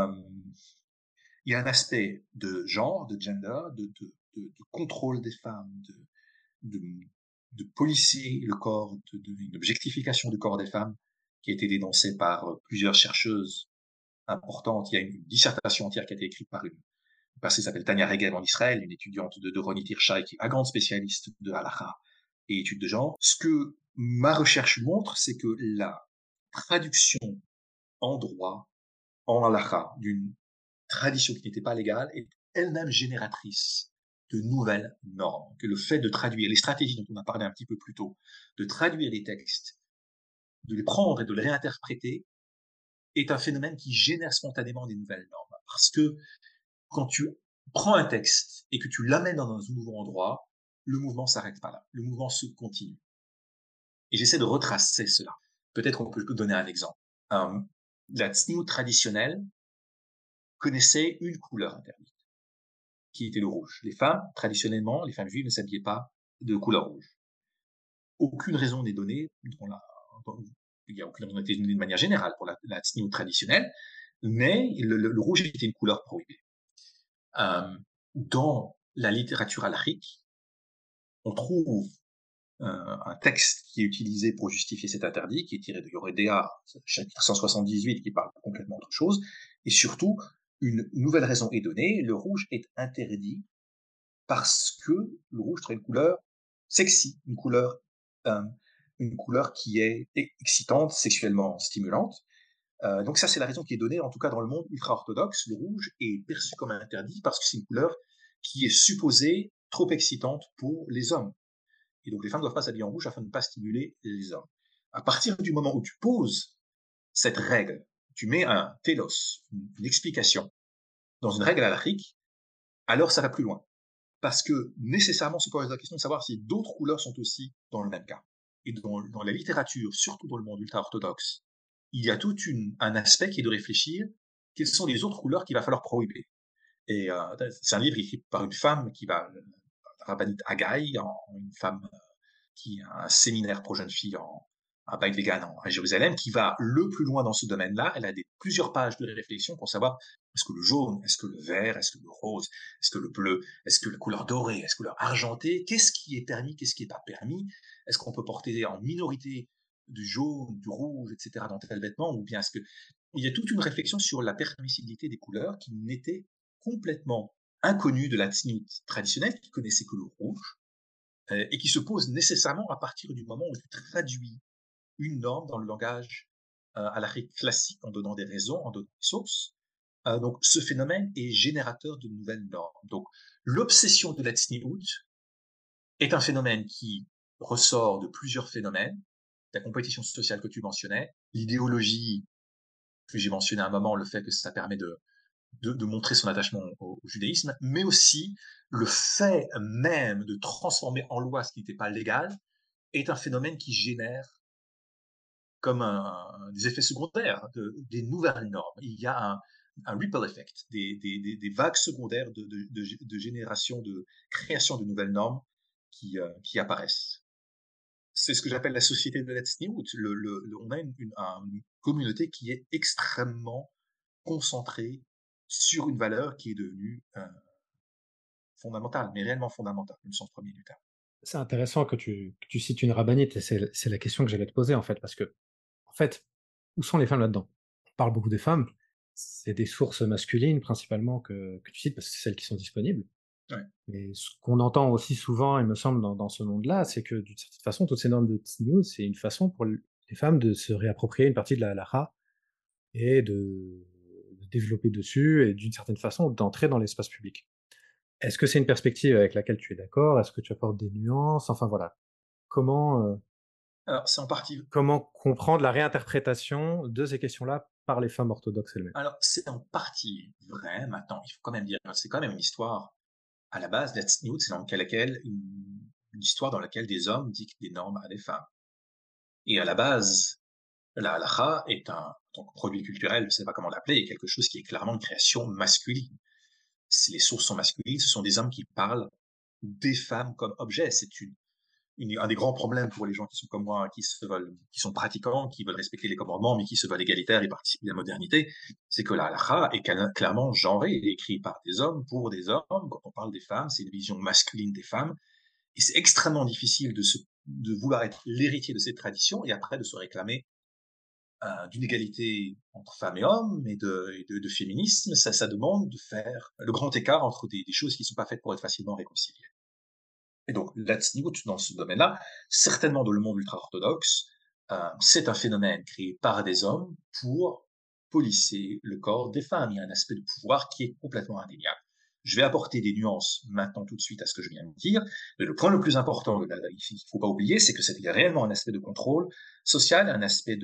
il y a un aspect de genre, de gender, de contrôle des femmes, de, de policer le corps, une objectification du corps des femmes qui a été dénoncée par plusieurs chercheuses importantes. Il y a une dissertation entière qui a été écrite par une personne qui s'appelle Tania Regev en Israël, une étudiante de Ronit Hirschai, qui est une grande spécialiste de halakha et études de genre. Ce que ma recherche montre, c'est que la traduction en droit, en halakha, d'une tradition qui n'était pas légale est elle-même génératrice de nouvelles normes, que le fait de traduire les stratégies dont on a parlé un petit peu plus tôt, de traduire les textes, de les prendre et de les réinterpréter, est un phénomène qui génère spontanément des nouvelles normes. Parce que quand tu prends un texte et que tu l'amènes dans un nouveau endroit, le mouvement s'arrête pas là, le mouvement se continue. Et j'essaie de retracer cela. Peut-être on peut donner un exemple. La tsniout traditionnelle connaissait une couleur interdite, qui était le rouge. Les femmes, traditionnellement, les femmes juives ne s'habillaient pas de couleur rouge. Aucune raison n'est donnée, il n'y a aucune raison n'est donnée de manière générale pour la tsniout traditionnelle, mais le rouge était une couleur prohibée. Dans la littérature halachique, on trouve un texte qui est utilisé pour justifier cet interdit, qui est tiré de Yoredea, chapitre 178, qui parle complètement autre chose, et surtout, une nouvelle raison est donnée, le rouge est interdit parce que le rouge serait une couleur sexy, une couleur qui est excitante, sexuellement stimulante. Donc ça, c'est la raison qui est donnée, en tout cas dans le monde ultra-orthodoxe, le rouge est perçu comme interdit parce que c'est une couleur qui est supposée trop excitante pour les hommes. Et donc les femmes ne doivent pas s'habiller en rouge afin de ne pas stimuler les hommes. À partir du moment où tu poses cette règle, tu mets un télos, une explication, dans une règle halachique, alors ça va plus loin. Parce que nécessairement se pose la question de savoir si d'autres couleurs sont aussi dans le même cas. Et dans la littérature, surtout dans le monde ultra-orthodoxe, il y a tout un aspect qui est de réfléchir quelles sont les autres couleurs qu'il va falloir prohiber. Et c'est un livre écrit par une femme qui va, Rabbanit Haggai, une femme qui a un séminaire pour jeunes filles à Beit Vegan à Jérusalem, qui va le plus loin dans ce domaine-là. Elle a plusieurs pages de réflexion pour savoir est-ce que le jaune, est-ce que le vert, est-ce que le rose, est-ce que le bleu, est-ce que la couleur dorée, est-ce que la couleur argentée, qu'est-ce qui est permis, qu'est-ce qui n'est pas permis, est-ce qu'on peut porter en minorité du jaune, du rouge, etc. dans tel vêtement, ou bien est-ce que... Il y a toute une réflexion sur la permissibilité des couleurs qui n'était complètement inconnue de la tsniout traditionnelle, qui connaissait que le rouge, et qui se pose nécessairement à partir du moment où tu traduis une norme dans le langage halachique classique en donnant des raisons, en donnant des sources. Donc ce phénomène est générateur de nouvelles normes. Donc l'obsession de la tsniout est un phénomène qui ressort de plusieurs phénomènes, la compétition sociale que tu mentionnais, l'idéologie que j'ai mentionné à un moment, le fait que ça permet de montrer son attachement au judaïsme, mais aussi le fait même de transformer en loi ce qui n'était pas légal est un phénomène qui génère comme des effets secondaires des nouvelles normes. Il y a un ripple effect, des vagues secondaires de génération, de création de nouvelles normes qui apparaissent. C'est ce que j'appelle la société de Let's New. On a une communauté qui est extrêmement concentrée sur une valeur qui est devenue fondamentale, mais réellement fondamentale, le sens premier du terme. C'est intéressant que tu cites une rabbinite et c'est la question que j'allais te poser, en fait, parce que, en fait, où sont les femmes là-dedans? On parle beaucoup des femmes, c'est des sources masculines principalement que tu cites parce que c'est celles qui sont disponibles. Ouais. Mais ce qu'on entend aussi souvent, il me semble, dans ce monde-là, c'est que d'une certaine façon, toutes ces normes de tsniout, c'est une façon pour les femmes de se réapproprier une partie de la halakha et de développer dessus et d'une certaine façon d'entrer dans l'espace public. Est-ce que c'est une perspective avec laquelle tu es d'accord? Est-ce que tu apportes des nuances? Enfin voilà, comment, Alors, c'est en partie comment comprendre la réinterprétation de ces questions-là par les femmes orthodoxes elles-mêmes? alors, c'est en partie vrai. Maintenant, il faut quand même dire, c'est quand même une histoire à la base. Let's New, c'est dans laquelle une histoire dans laquelle des hommes dictent des normes à des femmes. Et à la base, la halakha est un donc produit culturel, je ne sais pas comment l'appeler, est quelque chose qui est clairement une création masculine. Si les sources sont masculines, ce sont des hommes qui parlent des femmes comme objets. C'est un des grands problèmes pour les gens qui sont comme moi, qui sont pratiquants, qui veulent respecter les commandements, mais qui se veulent égalitaires et participer à la modernité, c'est que la halakha est clairement genrée, écrit par des hommes pour des hommes. Quand on parle des femmes, c'est une vision masculine des femmes. Et c'est extrêmement difficile de vouloir être l'héritier de cette tradition et après de se réclamer d'une égalité entre femmes et hommes et de féminisme. Ça demande de faire le grand écart entre des choses qui ne sont pas faites pour être facilement réconciliées. Et donc, l'Atsniout, dans ce domaine-là, certainement dans le monde ultra-orthodoxe, c'est un phénomène créé par des hommes pour polisser le corps des femmes. Il y a un aspect de pouvoir qui est complètement indéniable. Je vais apporter des nuances maintenant tout de suite à ce que je viens de dire, mais le point le plus important qu'il ne faut pas oublier, c'est que c'est réellement un aspect de contrôle social, un aspect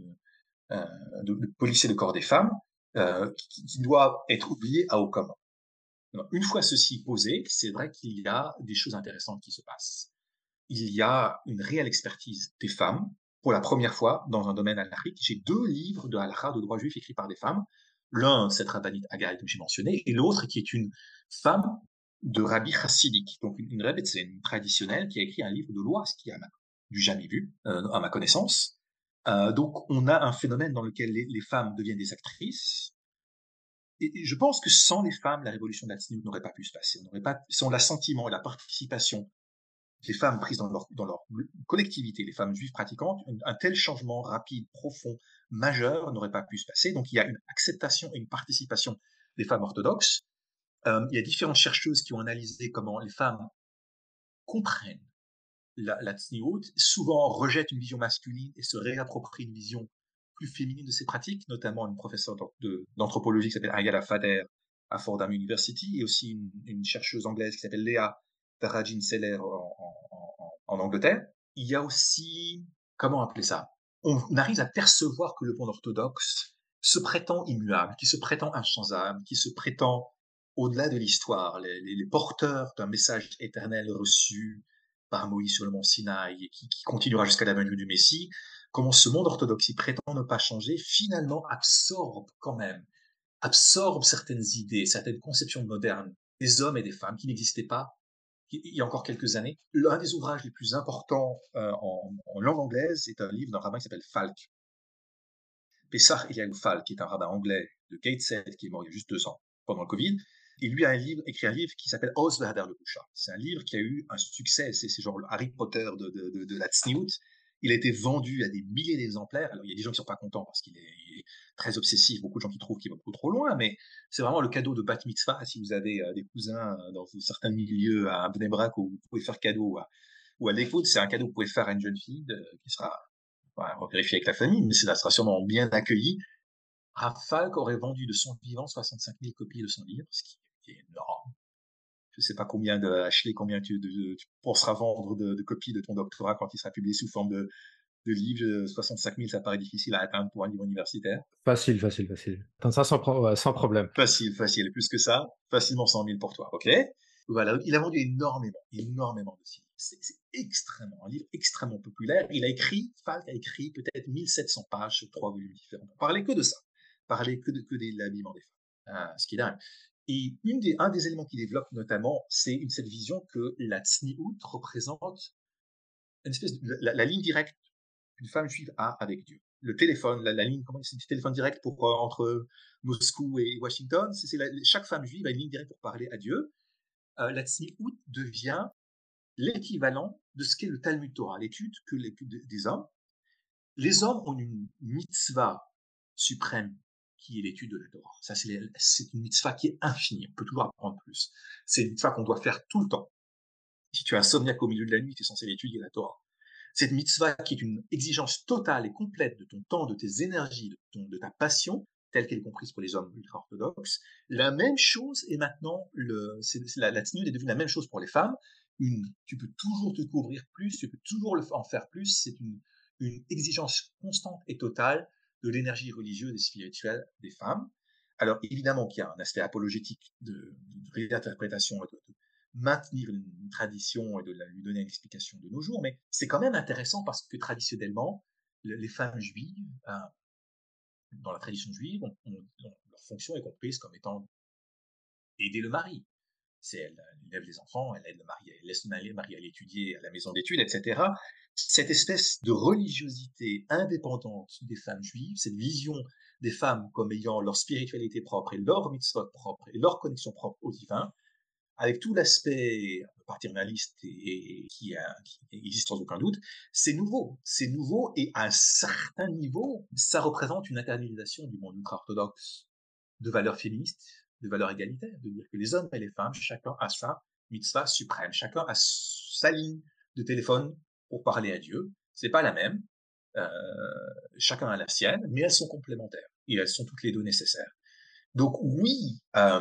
de polisser le corps des femmes, qui doit être oublié à aucun moment. Une fois ceci posé, c'est vrai qu'il y a des choses intéressantes qui se passent. Il y a une réelle expertise des femmes, pour la première fois dans un domaine halakhique. J'ai 2 livres de halakha, de droit juif écrits par des femmes. L'un, cette rabbinite Agarit que j'ai mentionné, et l'autre qui est une femme de Rabbi Chassidik. Donc une rabbinite, c'est une traditionnelle qui a écrit un livre de loi, ce qui a du jamais vu, à ma connaissance. Donc on a un phénomène dans lequel les femmes deviennent des actrices, et je pense que sans les femmes, la révolution de la tzniut n'aurait pas pu se passer. On n'aurait pas, sans l'assentiment et la participation des femmes prises dans leur collectivité, les femmes juives pratiquantes, un tel changement rapide, profond, majeur n'aurait pas pu se passer. Donc il y a une acceptation et une participation des femmes orthodoxes. Il y a différentes chercheuses qui ont analysé comment les femmes comprennent la tzniut, souvent rejettent une vision masculine et se réapproprient une vision plus féminine de ces pratiques, notamment une professeure d'anthropologie qui s'appelle Ayala Fader à Fordham University, et aussi une chercheuse anglaise qui s'appelle Léa Tarajin-Seller en Angleterre. Il y a aussi, comment appeler ça? On arrive à percevoir que le monde orthodoxe se prétend immuable, qui se prétend inchangeable, qui se prétend au-delà de l'histoire, les porteurs d'un message éternel reçu par Moïse sur le mont Sinaï et qui continuera jusqu'à la venue du Messie, comment ce monde orthodoxe qui prétend ne pas changer, finalement absorbe certaines idées, certaines conceptions modernes des hommes et des femmes qui n'existaient pas il y a encore quelques années. L'un des ouvrages les plus importants en langue anglaise est un livre d'un rabbin qui s'appelle Falk. Pessah Eliyahu Falk, qui est un rabbin anglais de Gateshead, qui est mort il y a juste 2 ans, pendant le Covid. Et lui a écrit un livre qui s'appelle Oz V'Hadar le Boucha. C'est un livre qui a eu un succès, c'est genre le Harry Potter de la Tzniout. Il a été vendu à des milliers d'exemplaires. Alors, il y a des gens qui ne sont pas contents parce qu'il est très obsessif, beaucoup de gens qui trouvent qu'il va beaucoup trop loin, mais c'est vraiment le cadeau de Bat Mitzvah. Si vous avez des cousins dans certains milieux à Bnei Brak où vous pouvez faire cadeau, ou à Lakewood, c'est un cadeau que vous pouvez faire à une jeune fille qui sera, on va vérifier avec la famille, mais ça sera sûrement bien accueilli. Falk aurait vendu de son vivant 65 000 copies de son livre, ce qui est énorme. Je ne sais pas combien Ashley, combien tu penseras vendre de copies de ton doctorat quand il sera publié sous forme de livre. 65 000, ça paraît difficile à atteindre pour un niveau universitaire. Facile, facile, facile. Attends, ça ouais, sans problème. Facile. Plus que ça, facilement 100 000 pour toi, ok? Voilà, il a vendu énormément de signes. c'est extrêmement, un livre extrêmement populaire. Falk a écrit peut-être 1700 pages sur 3 volumes différents. On parlait que de ça. Parlait que de l'habillement des femmes. Ce qui est dingue. Et un des éléments qu'il développe notamment, c'est cette vision que la tsniout représente une espèce de, la ligne directe qu'une femme juive a avec Dieu. Le téléphone, la ligne, comment c'est du téléphone direct pour entre Moscou et Washington. Chaque femme juive a une ligne directe pour parler à Dieu. La tsniout devient l'équivalent de ce qu'est le Talmud Torah, l'étude des hommes. Les hommes ont une mitzvah suprême qui est l'étude de la Torah. Ça, c'est une mitzvah qui est infinie. On peut toujours apprendre plus. C'est une mitzvah qu'on doit faire tout le temps. Si tu es insomniaque au milieu de la nuit, tu es censé étudier la Torah. Cette mitzvah qui est une exigence totale et complète de ton temps, de tes énergies, de ta passion, telle qu'elle est comprise pour les hommes ultra-orthodoxes. La même chose est maintenant, la tsniout est devenue la même chose pour les femmes. Tu peux toujours te couvrir plus, tu peux toujours en faire plus. C'est une exigence constante et totale de l'énergie religieuse et spirituelle des femmes. Alors évidemment qu'il y a un aspect apologétique de réinterprétation, de maintenir une tradition et de lui donner une explication de nos jours, mais c'est quand même intéressant parce que traditionnellement, les femmes juives, dans la tradition juive, leur fonction est comprise comme étant aider le mari. Elle élève les enfants, elle aide le mari, elle laisse le mari aller étudier à la maison d'études, etc. Cette espèce de religiosité indépendante des femmes juives, cette vision des femmes comme ayant leur spiritualité propre et leur mitzvot propre et leur connexion propre au divin, avec tout l'aspect paternaliste et qui existe sans aucun doute, c'est nouveau. C'est nouveau et à un certain niveau, ça représente une internalisation du monde ultra-orthodoxe de valeurs féministes, de valeurs égalitaires, de dire que les hommes et les femmes, chacun a sa mitzvah suprême, chacun a sa ligne de téléphone pour parler à Dieu. C'est pas la même, euh, chacun a la sienne, mais elles sont complémentaires et elles sont toutes les deux nécessaires. Donc oui,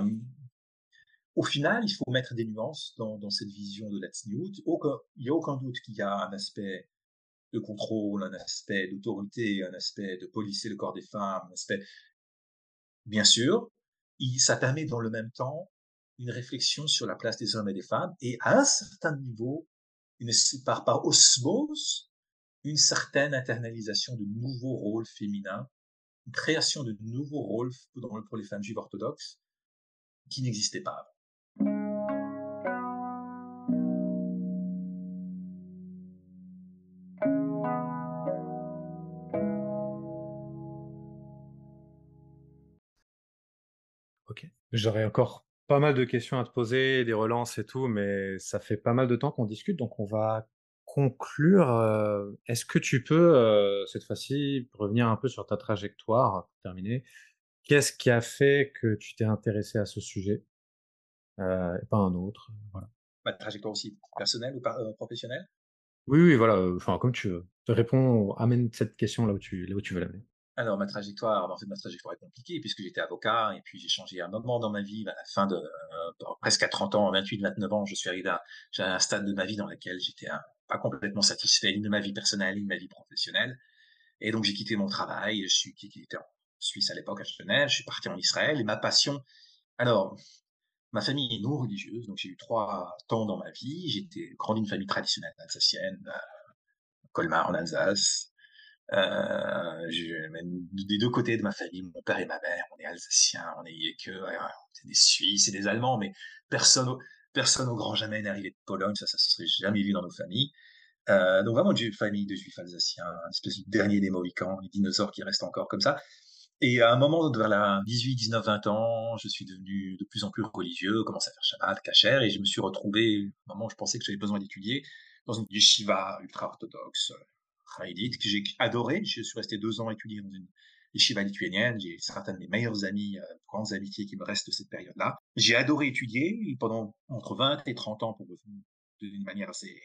au final, il faut mettre des nuances dans cette vision de la tsniout. Il n'y a aucun doute qu'il y a un aspect de contrôle, un aspect d'autorité, un aspect de policer le corps des femmes, un aspect, bien sûr, ça permet dans le même temps une réflexion sur la place des hommes et des femmes, et à un certain niveau, par osmose, une certaine internalisation de nouveaux rôles féminins, une création de nouveaux rôles pour les femmes juives orthodoxes qui n'existaient pas avant. Ok. J'aurais encore pas mal de questions à te poser, des relances et tout, mais ça fait pas mal de temps qu'on discute, donc on va conclure. Est-ce que tu peux, cette fois-ci, revenir un peu sur ta trajectoire pour terminer? Qu'est-ce qui a fait que tu t'es intéressé à ce sujet, et pas un autre? Voilà. Ma trajectoire aussi personnelle ou professionnelle. Oui, oui, voilà, enfin, comme tu veux. Te réponds, amène cette question là où tu veux l'amener. Alors ma trajectoire, en fait, ma trajectoire est compliquée puisque j'étais avocat et puis j'ai changé un moment dans ma vie, à la fin de presque à 30 ans, 28, 29 ans, je suis arrivé à un stade de ma vie dans lequel j'étais pas complètement satisfait ni de ma vie personnelle ni de ma vie professionnelle. Et donc j'ai quitté mon travail, qui était en Suisse à l'époque, à Genève, je suis parti en Israël et ma passion. Alors, ma famille est non religieuse, donc j'ai eu 3 temps dans ma vie. J'étais grandi dans une famille traditionnelle alsacienne, Colmar en Alsace. Des 2 côtés de ma famille, mon père et ma mère, on est alsaciens, on est que c'est des Suisses et des Allemands, mais personne au grand jamais n'est arrivé de Pologne, ça se serait jamais vu dans nos familles. Donc vraiment une famille de juifs alsaciens, un espèce de dernier des Mohicans, les dinosaures qui restent encore comme ça. Et à un moment, vers la 18, 19, 20 ans, je suis devenu de plus en plus religieux, commencé à faire Shabbat, Kasher, et je me suis retrouvé, au moment où je pensais que j'avais besoin d'étudier, dans une yeshiva ultra-orthodoxe, haïdite, que j'ai adoré. Je suis resté 2 ans à étudier dans une yeshiva lituanienne. J'ai certains de mes meilleurs amis, grandes amitiés qui me restent de cette période-là. J'ai adoré étudier pendant entre 20 et 30 ans, d'une manière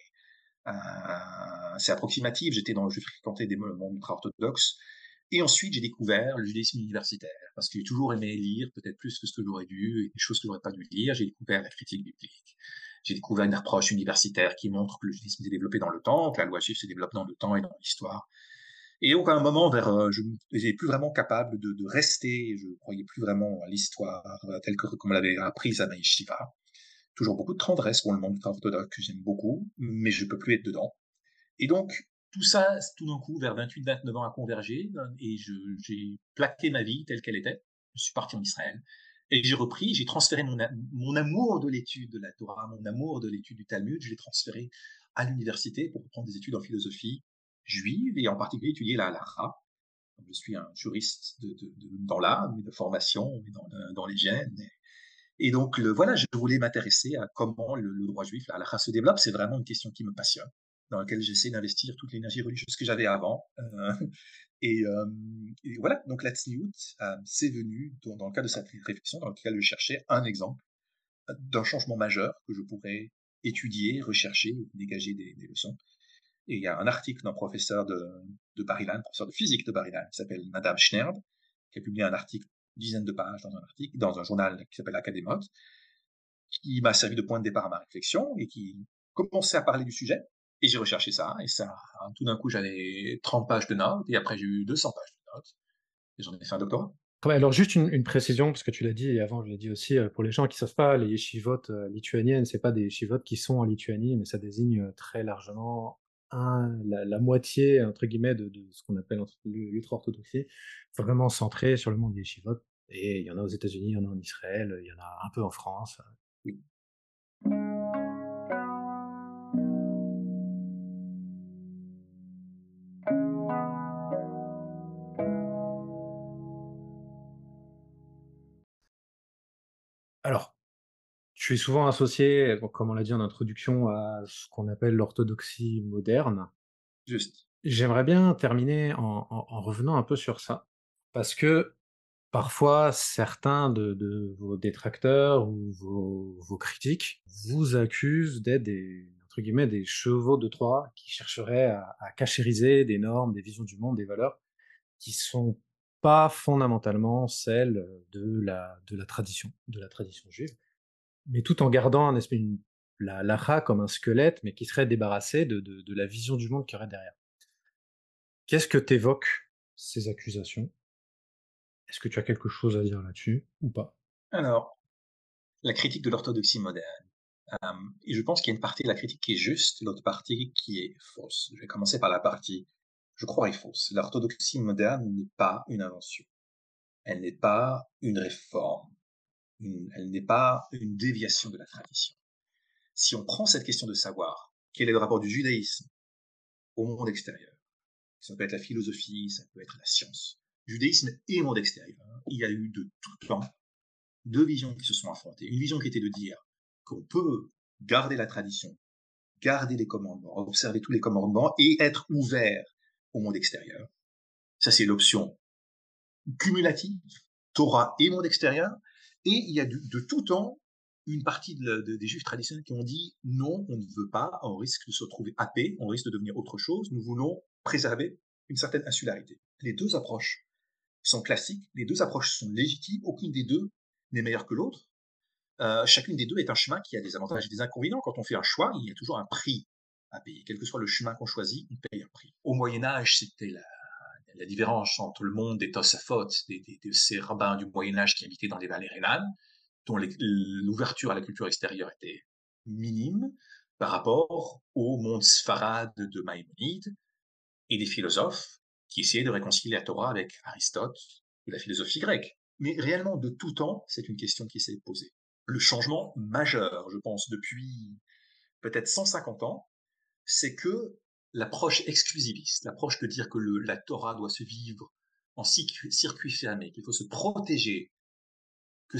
assez approximative. Je fréquentais des mondes ultra-orthodoxes. Et ensuite, j'ai découvert le judaïsme universitaire, parce que j'ai toujours aimé lire, peut-être plus que ce que j'aurais dû, et des choses que j'aurais pas dû lire. J'ai découvert la critique biblique. J'ai découvert une approche universitaire qui montre que le judaïsme s'est développé dans le temps, que la loi juive se développe dans le temps et dans l'histoire. Et donc, à un moment, je n'étais plus vraiment capable de rester, je ne croyais plus vraiment à l'histoire telle que comme on l'avait apprise à ma yeshiva. toujours beaucoup de tendresse pour le monde orthodoxe que j'aime beaucoup, mais je peux plus être dedans. Et donc, tout ça, tout d'un coup, vers 28-29 ans, a convergé et j'ai plaqué ma vie telle qu'elle était. Je suis parti en Israël et j'ai repris, j'ai transféré mon amour de l'étude de la Torah, mon amour de l'étude du Talmud, je l'ai transféré à l'université pour prendre des études en philosophie juive et en particulier étudier la halakha. Je suis un juriste dans l'âme, de formation, dans les gènes. Et donc, voilà, je voulais m'intéresser à comment le droit juif, la halakha, se développe. C'est vraiment une question qui me passionne, dans laquelle j'essaie d'investir toute l'énergie religieuse que j'avais avant. Et, euh, et voilà, donc la tzniout, c'est venu dans le cadre de cette réflexion, dans laquelle je cherchais un exemple d'un changement majeur que je pourrais étudier, rechercher, dégager des leçons. Et il y a un article d'un professeur de Bar-Ilan, professeur de physique de Bar-Ilan, qui s'appelle Nadav Schnerd, qui a publié un article, une dizaine de pages dans un journal qui s'appelle Académos, qui m'a servi de point de départ à ma réflexion et qui commençait à parler du sujet. Et j'ai recherché ça, et ça, tout d'un coup, j'avais 30 pages de notes, et après, j'ai eu 200 pages de notes, et j'en ai fait un doctorat. Ouais, alors juste une précision, parce que tu l'as dit et avant je l'ai dit aussi, pour les gens qui savent pas, les yeshivot lituaniennes, c'est pas des yeshivot qui sont en Lituanie, mais ça désigne très largement la moitié, entre guillemets, de ce qu'on appelle l'ultra-orthodoxie, vraiment centré sur le monde des yeshivot. Et il y en a aux États-Unis, il y en a en Israël, il y en a un peu en France. Oui. Alors, je suis souvent associé, bon, comme on l'a dit en introduction, à ce qu'on appelle l'orthodoxie moderne. Juste. J'aimerais bien terminer en revenant un peu sur ça, parce que parfois certains de vos détracteurs ou vos critiques vous accusent d'être des entre guillemets «des chevaux de Troie» qui chercheraient à cachériser des normes, des visions du monde, des valeurs qui sont pas fondamentalement celles, de la tradition juive, mais tout en gardant un esprit une la halakha comme un squelette, mais qui serait débarrassé de la vision du monde qu'il y aurait derrière. Qu'est-ce que t'évoquent ces accusations? Est-ce que tu as quelque chose à dire là-dessus ou pas? Alors, la critique de l'orthodoxie moderne. Et je pense qu'il y a une partie de la critique qui est juste, l'autre partie qui est fausse. Je vais commencer par la partie, je crois, est fausse. L'orthodoxie moderne n'est pas une invention. Elle n'est pas une réforme. Elle n'est pas une déviation de la tradition. Si on prend cette question de savoir quel est le rapport du judaïsme au monde extérieur, ça peut être la philosophie, ça peut être la science, judaïsme et monde extérieur, il y a eu de tout temps deux visions qui se sont affrontées. Une vision qui était de dire qu'on peut garder la tradition, garder les commandements, observer tous les commandements et être ouvert au monde extérieur. Ça, c'est l'option cumulative, Torah et monde extérieur. Et il y a de tout temps une partie des juifs traditionnels qui ont dit non, on ne veut pas, on risque de se retrouver happé, on risque de devenir autre chose, nous voulons préserver une certaine insularité. Les deux approches sont classiques, les deux approches sont légitimes, aucune des deux n'est meilleure que l'autre. Chacune des deux est un chemin qui a des avantages et des inconvénients. Quand on fait un choix, il y a toujours un prix à payer. Quel que soit le chemin qu'on choisit, on paye un prix. Au Moyen Âge, c'était la différence entre le monde des Tosafot, de ces rabbins du Moyen Âge qui habitaient dans les vallées rhénanes, dont l'ouverture à la culture extérieure était minime, par rapport au monde sfarade de Maïmonide et des philosophes qui essayaient de réconcilier la Torah avec Aristote et la philosophie grecque. Mais réellement, de tout temps, c'est une question qui s'est posée. Le changement majeur, je pense, depuis peut-être 150 ans, c'est que l'approche exclusiviste, l'approche de dire que la Torah doit se vivre en circuit fermé, qu'il faut se protéger, que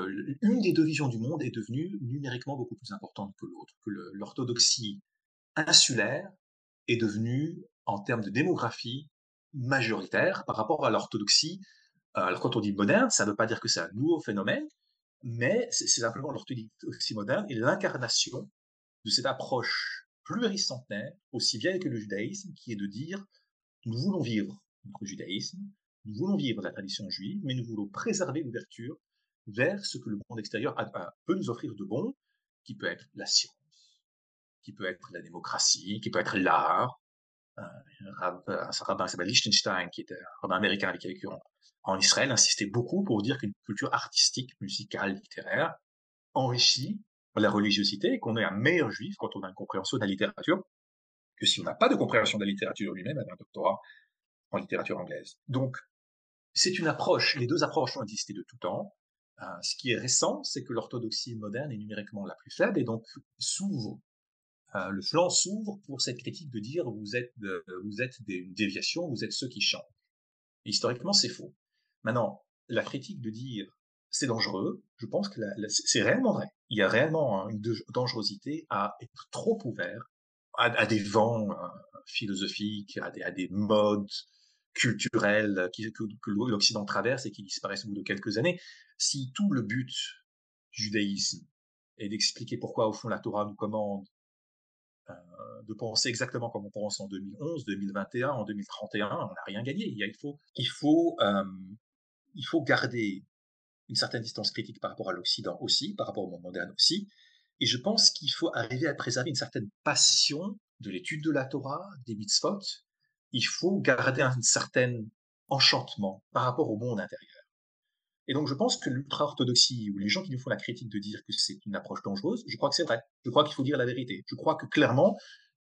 une des deux visions du monde est devenue numériquement beaucoup plus importante que l'autre, que l'orthodoxie insulaire est devenue, en termes de démographie, majoritaire par rapport à l'orthodoxie. Alors quand on dit moderne, ça ne veut pas dire que c'est un nouveau phénomène, mais c'est simplement l'orthodoxie moderne et l'incarnation de cette approche pluricentenaire, aussi vieille que le judaïsme, qui est de dire nous voulons vivre notre judaïsme, nous voulons vivre la tradition juive, mais nous voulons préserver l'ouverture vers ce que le monde extérieur peut nous offrir de bon, qui peut être la science, qui peut être la démocratie, qui peut être l'art. Un rabbin qui s'appelle Lichtenstein, qui était un rabbin américain qui a vécu en Israël, insistait beaucoup pour dire qu'une culture artistique, musicale, littéraire, enrichie la religiosité, qu'on est un meilleur juif quand on a une compréhension de la littérature, que si on n'a pas de compréhension de la littérature lui-même avec un doctorat en littérature anglaise. Donc, c'est une approche, les deux approches ont existé de tout temps. Ce qui est récent, c'est que l'orthodoxie moderne est numériquement la plus faible et donc s'ouvre, le flanc s'ouvre pour cette critique de dire vous êtes une déviation, vous êtes ceux qui changent. Et historiquement, c'est faux. Maintenant, la critique de dire c'est dangereux, je pense que c'est réellement vrai. Il y a réellement une dangerosité à être trop ouvert à des vents philosophiques, à des modes culturels que l'Occident traverse et qui disparaissent au bout de quelques années. Si tout le but du judaïsme est d'expliquer pourquoi, au fond, la Torah nous commande de penser exactement comme on pense en 2011, 2021, en 2031, on n'a rien gagné. Il faut garder une certaine distance critique par rapport à l'Occident aussi, par rapport au monde moderne aussi. Et je pense qu'il faut arriver à préserver une certaine passion de l'étude de la Torah, des mitzvot. Il faut garder un certain enchantement par rapport au monde intérieur. Et donc je pense que l'ultra-orthodoxie, ou les gens qui nous font la critique de dire que c'est une approche dangereuse, je crois que c'est vrai. Je crois qu'il faut dire la vérité. Je crois que clairement,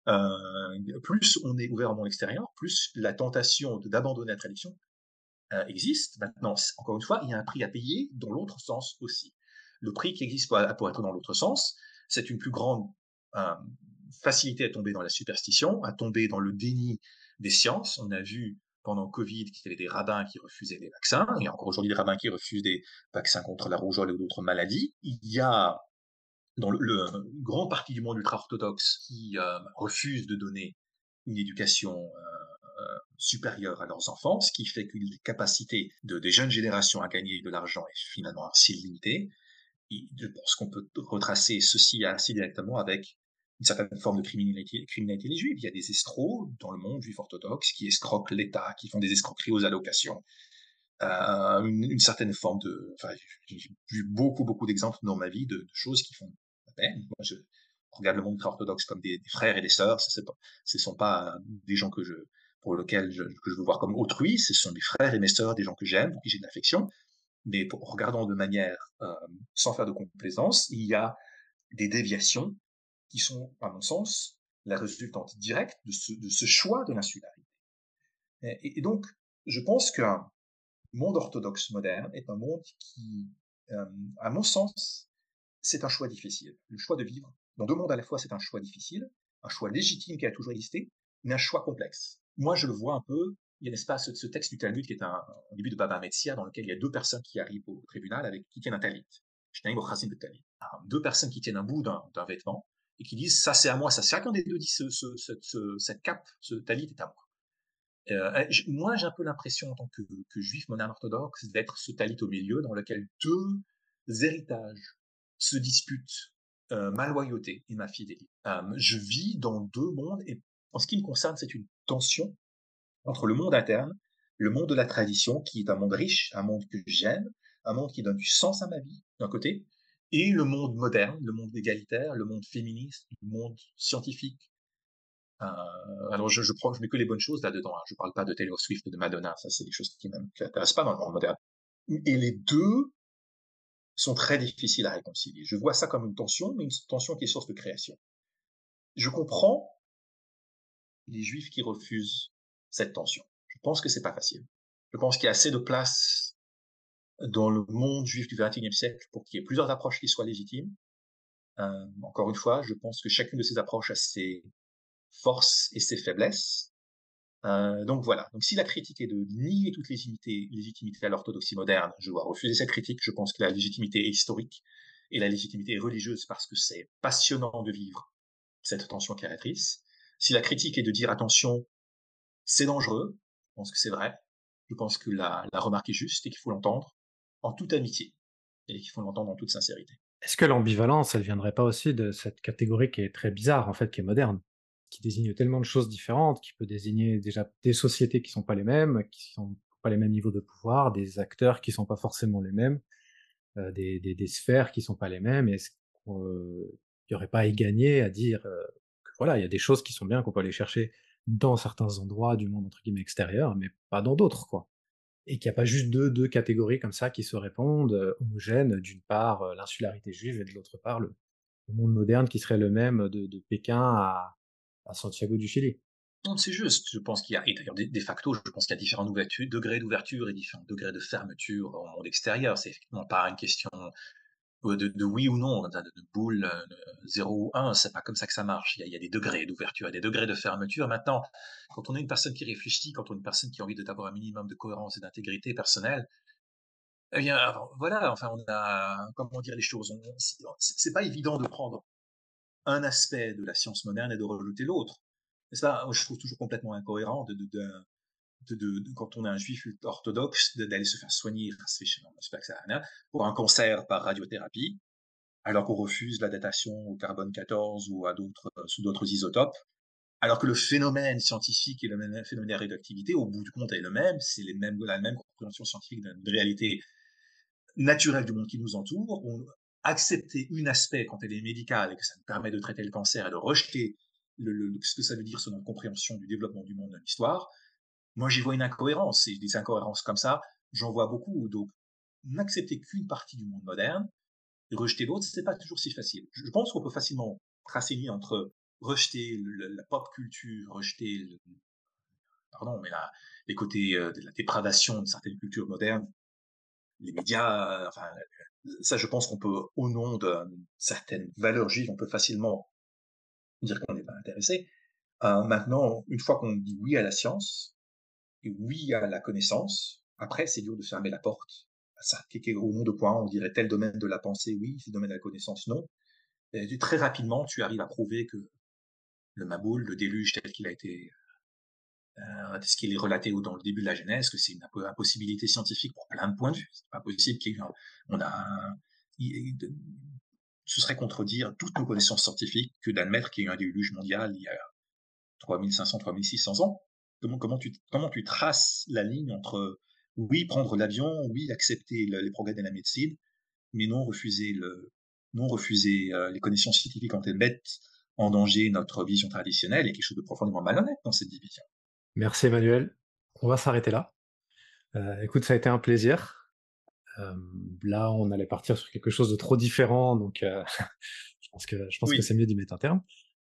plus on est ouvert au monde extérieur, plus la tentation d'abandonner la tradition existe. Maintenant, encore une fois, il y a un prix à payer dans l'autre sens aussi. Le prix qui existe pour être dans l'autre sens, c'est une plus grande euh, facilité à tomber dans la superstition, à tomber dans le déni des sciences. On a vu pendant Covid qu'il y avait des rabbins qui refusaient les vaccins. Il y a encore aujourd'hui des rabbins qui refusent des vaccins contre la rougeole ou d'autres maladies. Il y a dans grand partie du monde ultra-orthodoxe qui refuse de donner une éducation supérieure à leurs enfants, ce qui fait que les capacités des jeunes générations à gagner de l'argent est finalement assez limitée. Et je pense qu'on peut retracer ceci assez directement avec une certaine forme de criminalité des juifs. Il y a des escrocs dans le monde juif orthodoxe qui escroquent l'État, qui font des escroqueries aux allocations. Une certaine forme de... Enfin, j'ai vu beaucoup d'exemples dans ma vie de choses qui font la peine. Moi, je regarde le monde orthodoxe comme des frères et des sœurs. Ce ne sont pas des gens pour lesquels que je veux voir comme autrui. Ce sont mes frères et mes sœurs, des gens que j'aime, pour qui j'ai de l'affection. Mais regardant de manière sans faire de complaisance, il y a des déviations qui sont, à mon sens, la résultante directe de ce choix de l'insularité. Et donc, je pense qu'un monde orthodoxe moderne est un monde qui, à mon sens, c'est un choix difficile. Le choix de vivre dans deux mondes à la fois, c'est un choix difficile, un choix légitime qui a toujours existé, mais un choix complexe. Moi, je le vois un peu, il y a, n'est-ce pas, ce texte du Talmud qui est un début de Baba Metzia, dans lequel il y a deux personnes qui arrivent au tribunal qui tiennent un talit. Deux personnes qui tiennent un bout d'un vêtement et qui disent ça c'est à moi, ça chacun des deux dit cette cape, ce talit est à moi. Moi, j'ai un peu l'impression, en tant que juif moderne orthodoxe, d'être ce talit au milieu dans lequel deux héritages se disputent ma loyauté et ma fidélité. Je vis dans deux mondes et en ce qui me concerne, c'est une tension entre le monde interne, le monde de la tradition, qui est un monde riche, un monde que j'aime, un monde qui donne du sens à ma vie, d'un côté, et le monde moderne, le monde égalitaire, le monde féministe, le monde scientifique, alors je mets que les bonnes choses là-dedans. Hein. Je parle pas de Taylor Swift et de Madonna. Ça, c'est des choses qui m'intéressent pas dans le monde moderne. Et les deux sont très difficiles à réconcilier. Je vois ça comme une tension, mais une tension qui est source de création. Je comprends les juifs qui refusent cette tension. Je pense que c'est pas facile. Je pense qu'il y a assez de place dans le monde juif du XXIe siècle pour qu'il y ait plusieurs approches qui soient légitimes. Encore une fois, je pense que chacune de ces approches a ses forces et ses faiblesses. Donc voilà. Donc si la critique est de nier toute légitimité à l'orthodoxie moderne, je dois refuser cette critique. Je pense que la légitimité est historique et la légitimité est religieuse parce que c'est passionnant de vivre cette tension créatrice. Si la critique est de dire attention, c'est dangereux, je pense que c'est vrai. Je pense que la remarque est juste et qu'il faut l'entendre en toute amitié et qu'il faut l'entendre en toute sincérité. Est-ce que l'ambivalence, elle viendrait pas aussi de cette catégorie qui est très bizarre, en fait, qui est moderne, qui désigne tellement de choses différentes, qui peut désigner déjà des sociétés qui sont pas les mêmes, qui sont pas les mêmes niveaux de pouvoir, des acteurs qui sont pas forcément les mêmes, des sphères qui sont pas les mêmes, et est-ce qu'il y aurait pas à y gagner à dire, que voilà, il y a des choses qui sont bien, qu'on peut aller chercher dans certains endroits du monde, entre guillemets, «extérieur», mais pas dans d'autres, quoi? Et qu'il y a pas juste deux catégories comme ça qui se répondent, homogènes, d'une part, l'insularité juive et de l'autre part monde moderne qui serait le même de Pékin à Santiago du Chili. Non, c'est juste. Je pense qu'il y a, et d'ailleurs, de facto, je pense qu'il y a différents degrés d'ouverture et différents degrés de fermeture au monde extérieur. C'est effectivement pas une question de oui ou non, de boule 0 ou 1, c'est pas comme ça que ça marche. Il y a des degrés d'ouverture et des degrés de fermeture. Maintenant, quand on est une personne qui réfléchit, quand on est une personne qui a envie d'avoir un minimum de cohérence et d'intégrité personnelle, eh bien, alors, voilà, enfin, on a, comment dire les choses, c'est pas évident de prendre un aspect de la science moderne et de rejeter l'autre. C'est ça, je trouve toujours complètement incohérent quand on est un juif orthodoxe d'aller se faire soigner, j'espère que ça n'a rien, pour un cancer par radiothérapie, alors qu'on refuse la datation au carbone 14 ou sous d'autres isotopes, alors que le phénomène scientifique et le même phénomène de radioactivité, au bout du compte, est le même, c'est la même compréhension scientifique d'une réalité naturelle du monde qui nous entoure. Accepter un aspect quand elle est médicale et que ça nous permet de traiter le cancer et de rejeter ce que ça veut dire selon notre compréhension du développement du monde de l'histoire, moi j'y vois une incohérence, et des incohérences comme ça, j'en vois beaucoup. Donc, n'accepter qu'une partie du monde moderne et rejeter l'autre, c'est pas toujours si facile. Je pense qu'on peut facilement tracer une ligne entre rejeter la pop culture, pardon, mais les côtés de la dépravation de certaines cultures modernes, les médias, enfin, ça, je pense qu'on peut, au nom de certaines valeurs juives, on peut facilement dire qu'on n'est pas intéressé. Maintenant, une fois qu'on dit oui à la science et oui à la connaissance, après, c'est dur de fermer la porte à ça. Au nom de quoi on dirait tel domaine de la pensée, oui, tel domaine de la connaissance, non. Et très rapidement, tu arrives à prouver que le Maboul, le déluge tel qu'il a été, ce qu'il est relaté dans le début de la Genèse, que c'est une impossibilité scientifique pour plein de points de vue. C'est pas possible qu'il y ait ce serait contredire toutes nos connaissances scientifiques que d'admettre qu'il y a eu un déluge mondial il y a 3500, 3600 ans. Comment tu traces la ligne entre, oui, prendre l'avion, oui, accepter les progrès de la médecine, mais non refuser les connaissances scientifiques quand elles mettent en danger notre vision traditionnelle, et quelque chose de profondément malhonnête dans cette division. Merci Emmanuel. On va s'arrêter là. Écoute, ça a été un plaisir. Là, on allait partir sur quelque chose de trop différent, donc je pense que Oui. c'est mieux d'y mettre un terme.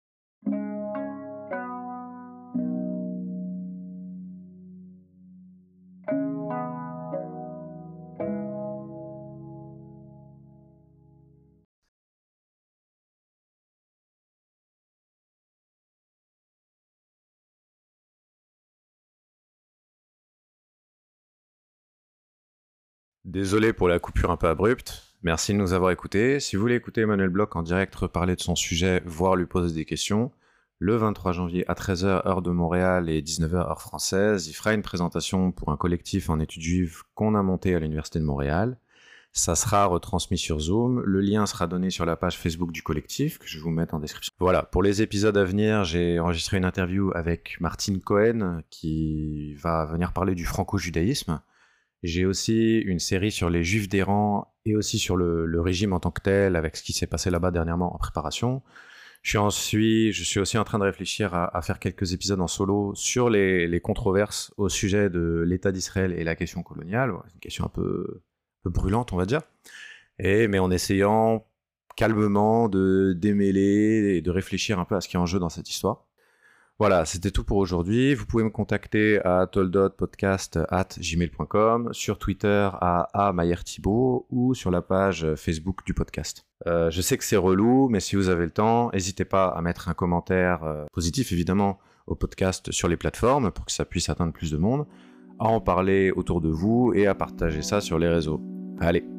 Désolé pour la coupure un peu abrupte. Merci de nous avoir écoutés. Si vous voulez écouter Emmanuel Bloch en direct reparler de son sujet, voire lui poser des questions, le 23 janvier à 13h heure de Montréal et 19h heure française, il fera une présentation pour un collectif en études juives qu'on a monté à l'Université de Montréal. Ça sera retransmis sur Zoom. Le lien sera donné sur la page Facebook du collectif, que je vais vous mettre en description. Voilà, pour les épisodes à venir, j'ai enregistré une interview avec Martine Cohen, qui va venir parler du franco-judaïsme. J'ai aussi une série sur les Juifs d'Iran et aussi sur le régime en tant que tel, avec ce qui s'est passé là-bas dernièrement en préparation. Je suis aussi en train de réfléchir à faire quelques épisodes en solo sur les controverses au sujet de l'État d'Israël et la question coloniale. C'est une question un peu brûlante, on va dire. Mais en essayant calmement de démêler et de réfléchir un peu à ce qui est en jeu dans cette histoire. Voilà, c'était tout pour aujourd'hui. Vous pouvez me contacter à toldotpodcast@gmail.com, sur Twitter à @mayerthibault ou sur la page Facebook du podcast. Je sais que c'est relou, mais si vous avez le temps, n'hésitez pas à mettre un commentaire positif, évidemment, au podcast sur les plateformes pour que ça puisse atteindre plus de monde, à en parler autour de vous et à partager ça sur les réseaux. Allez,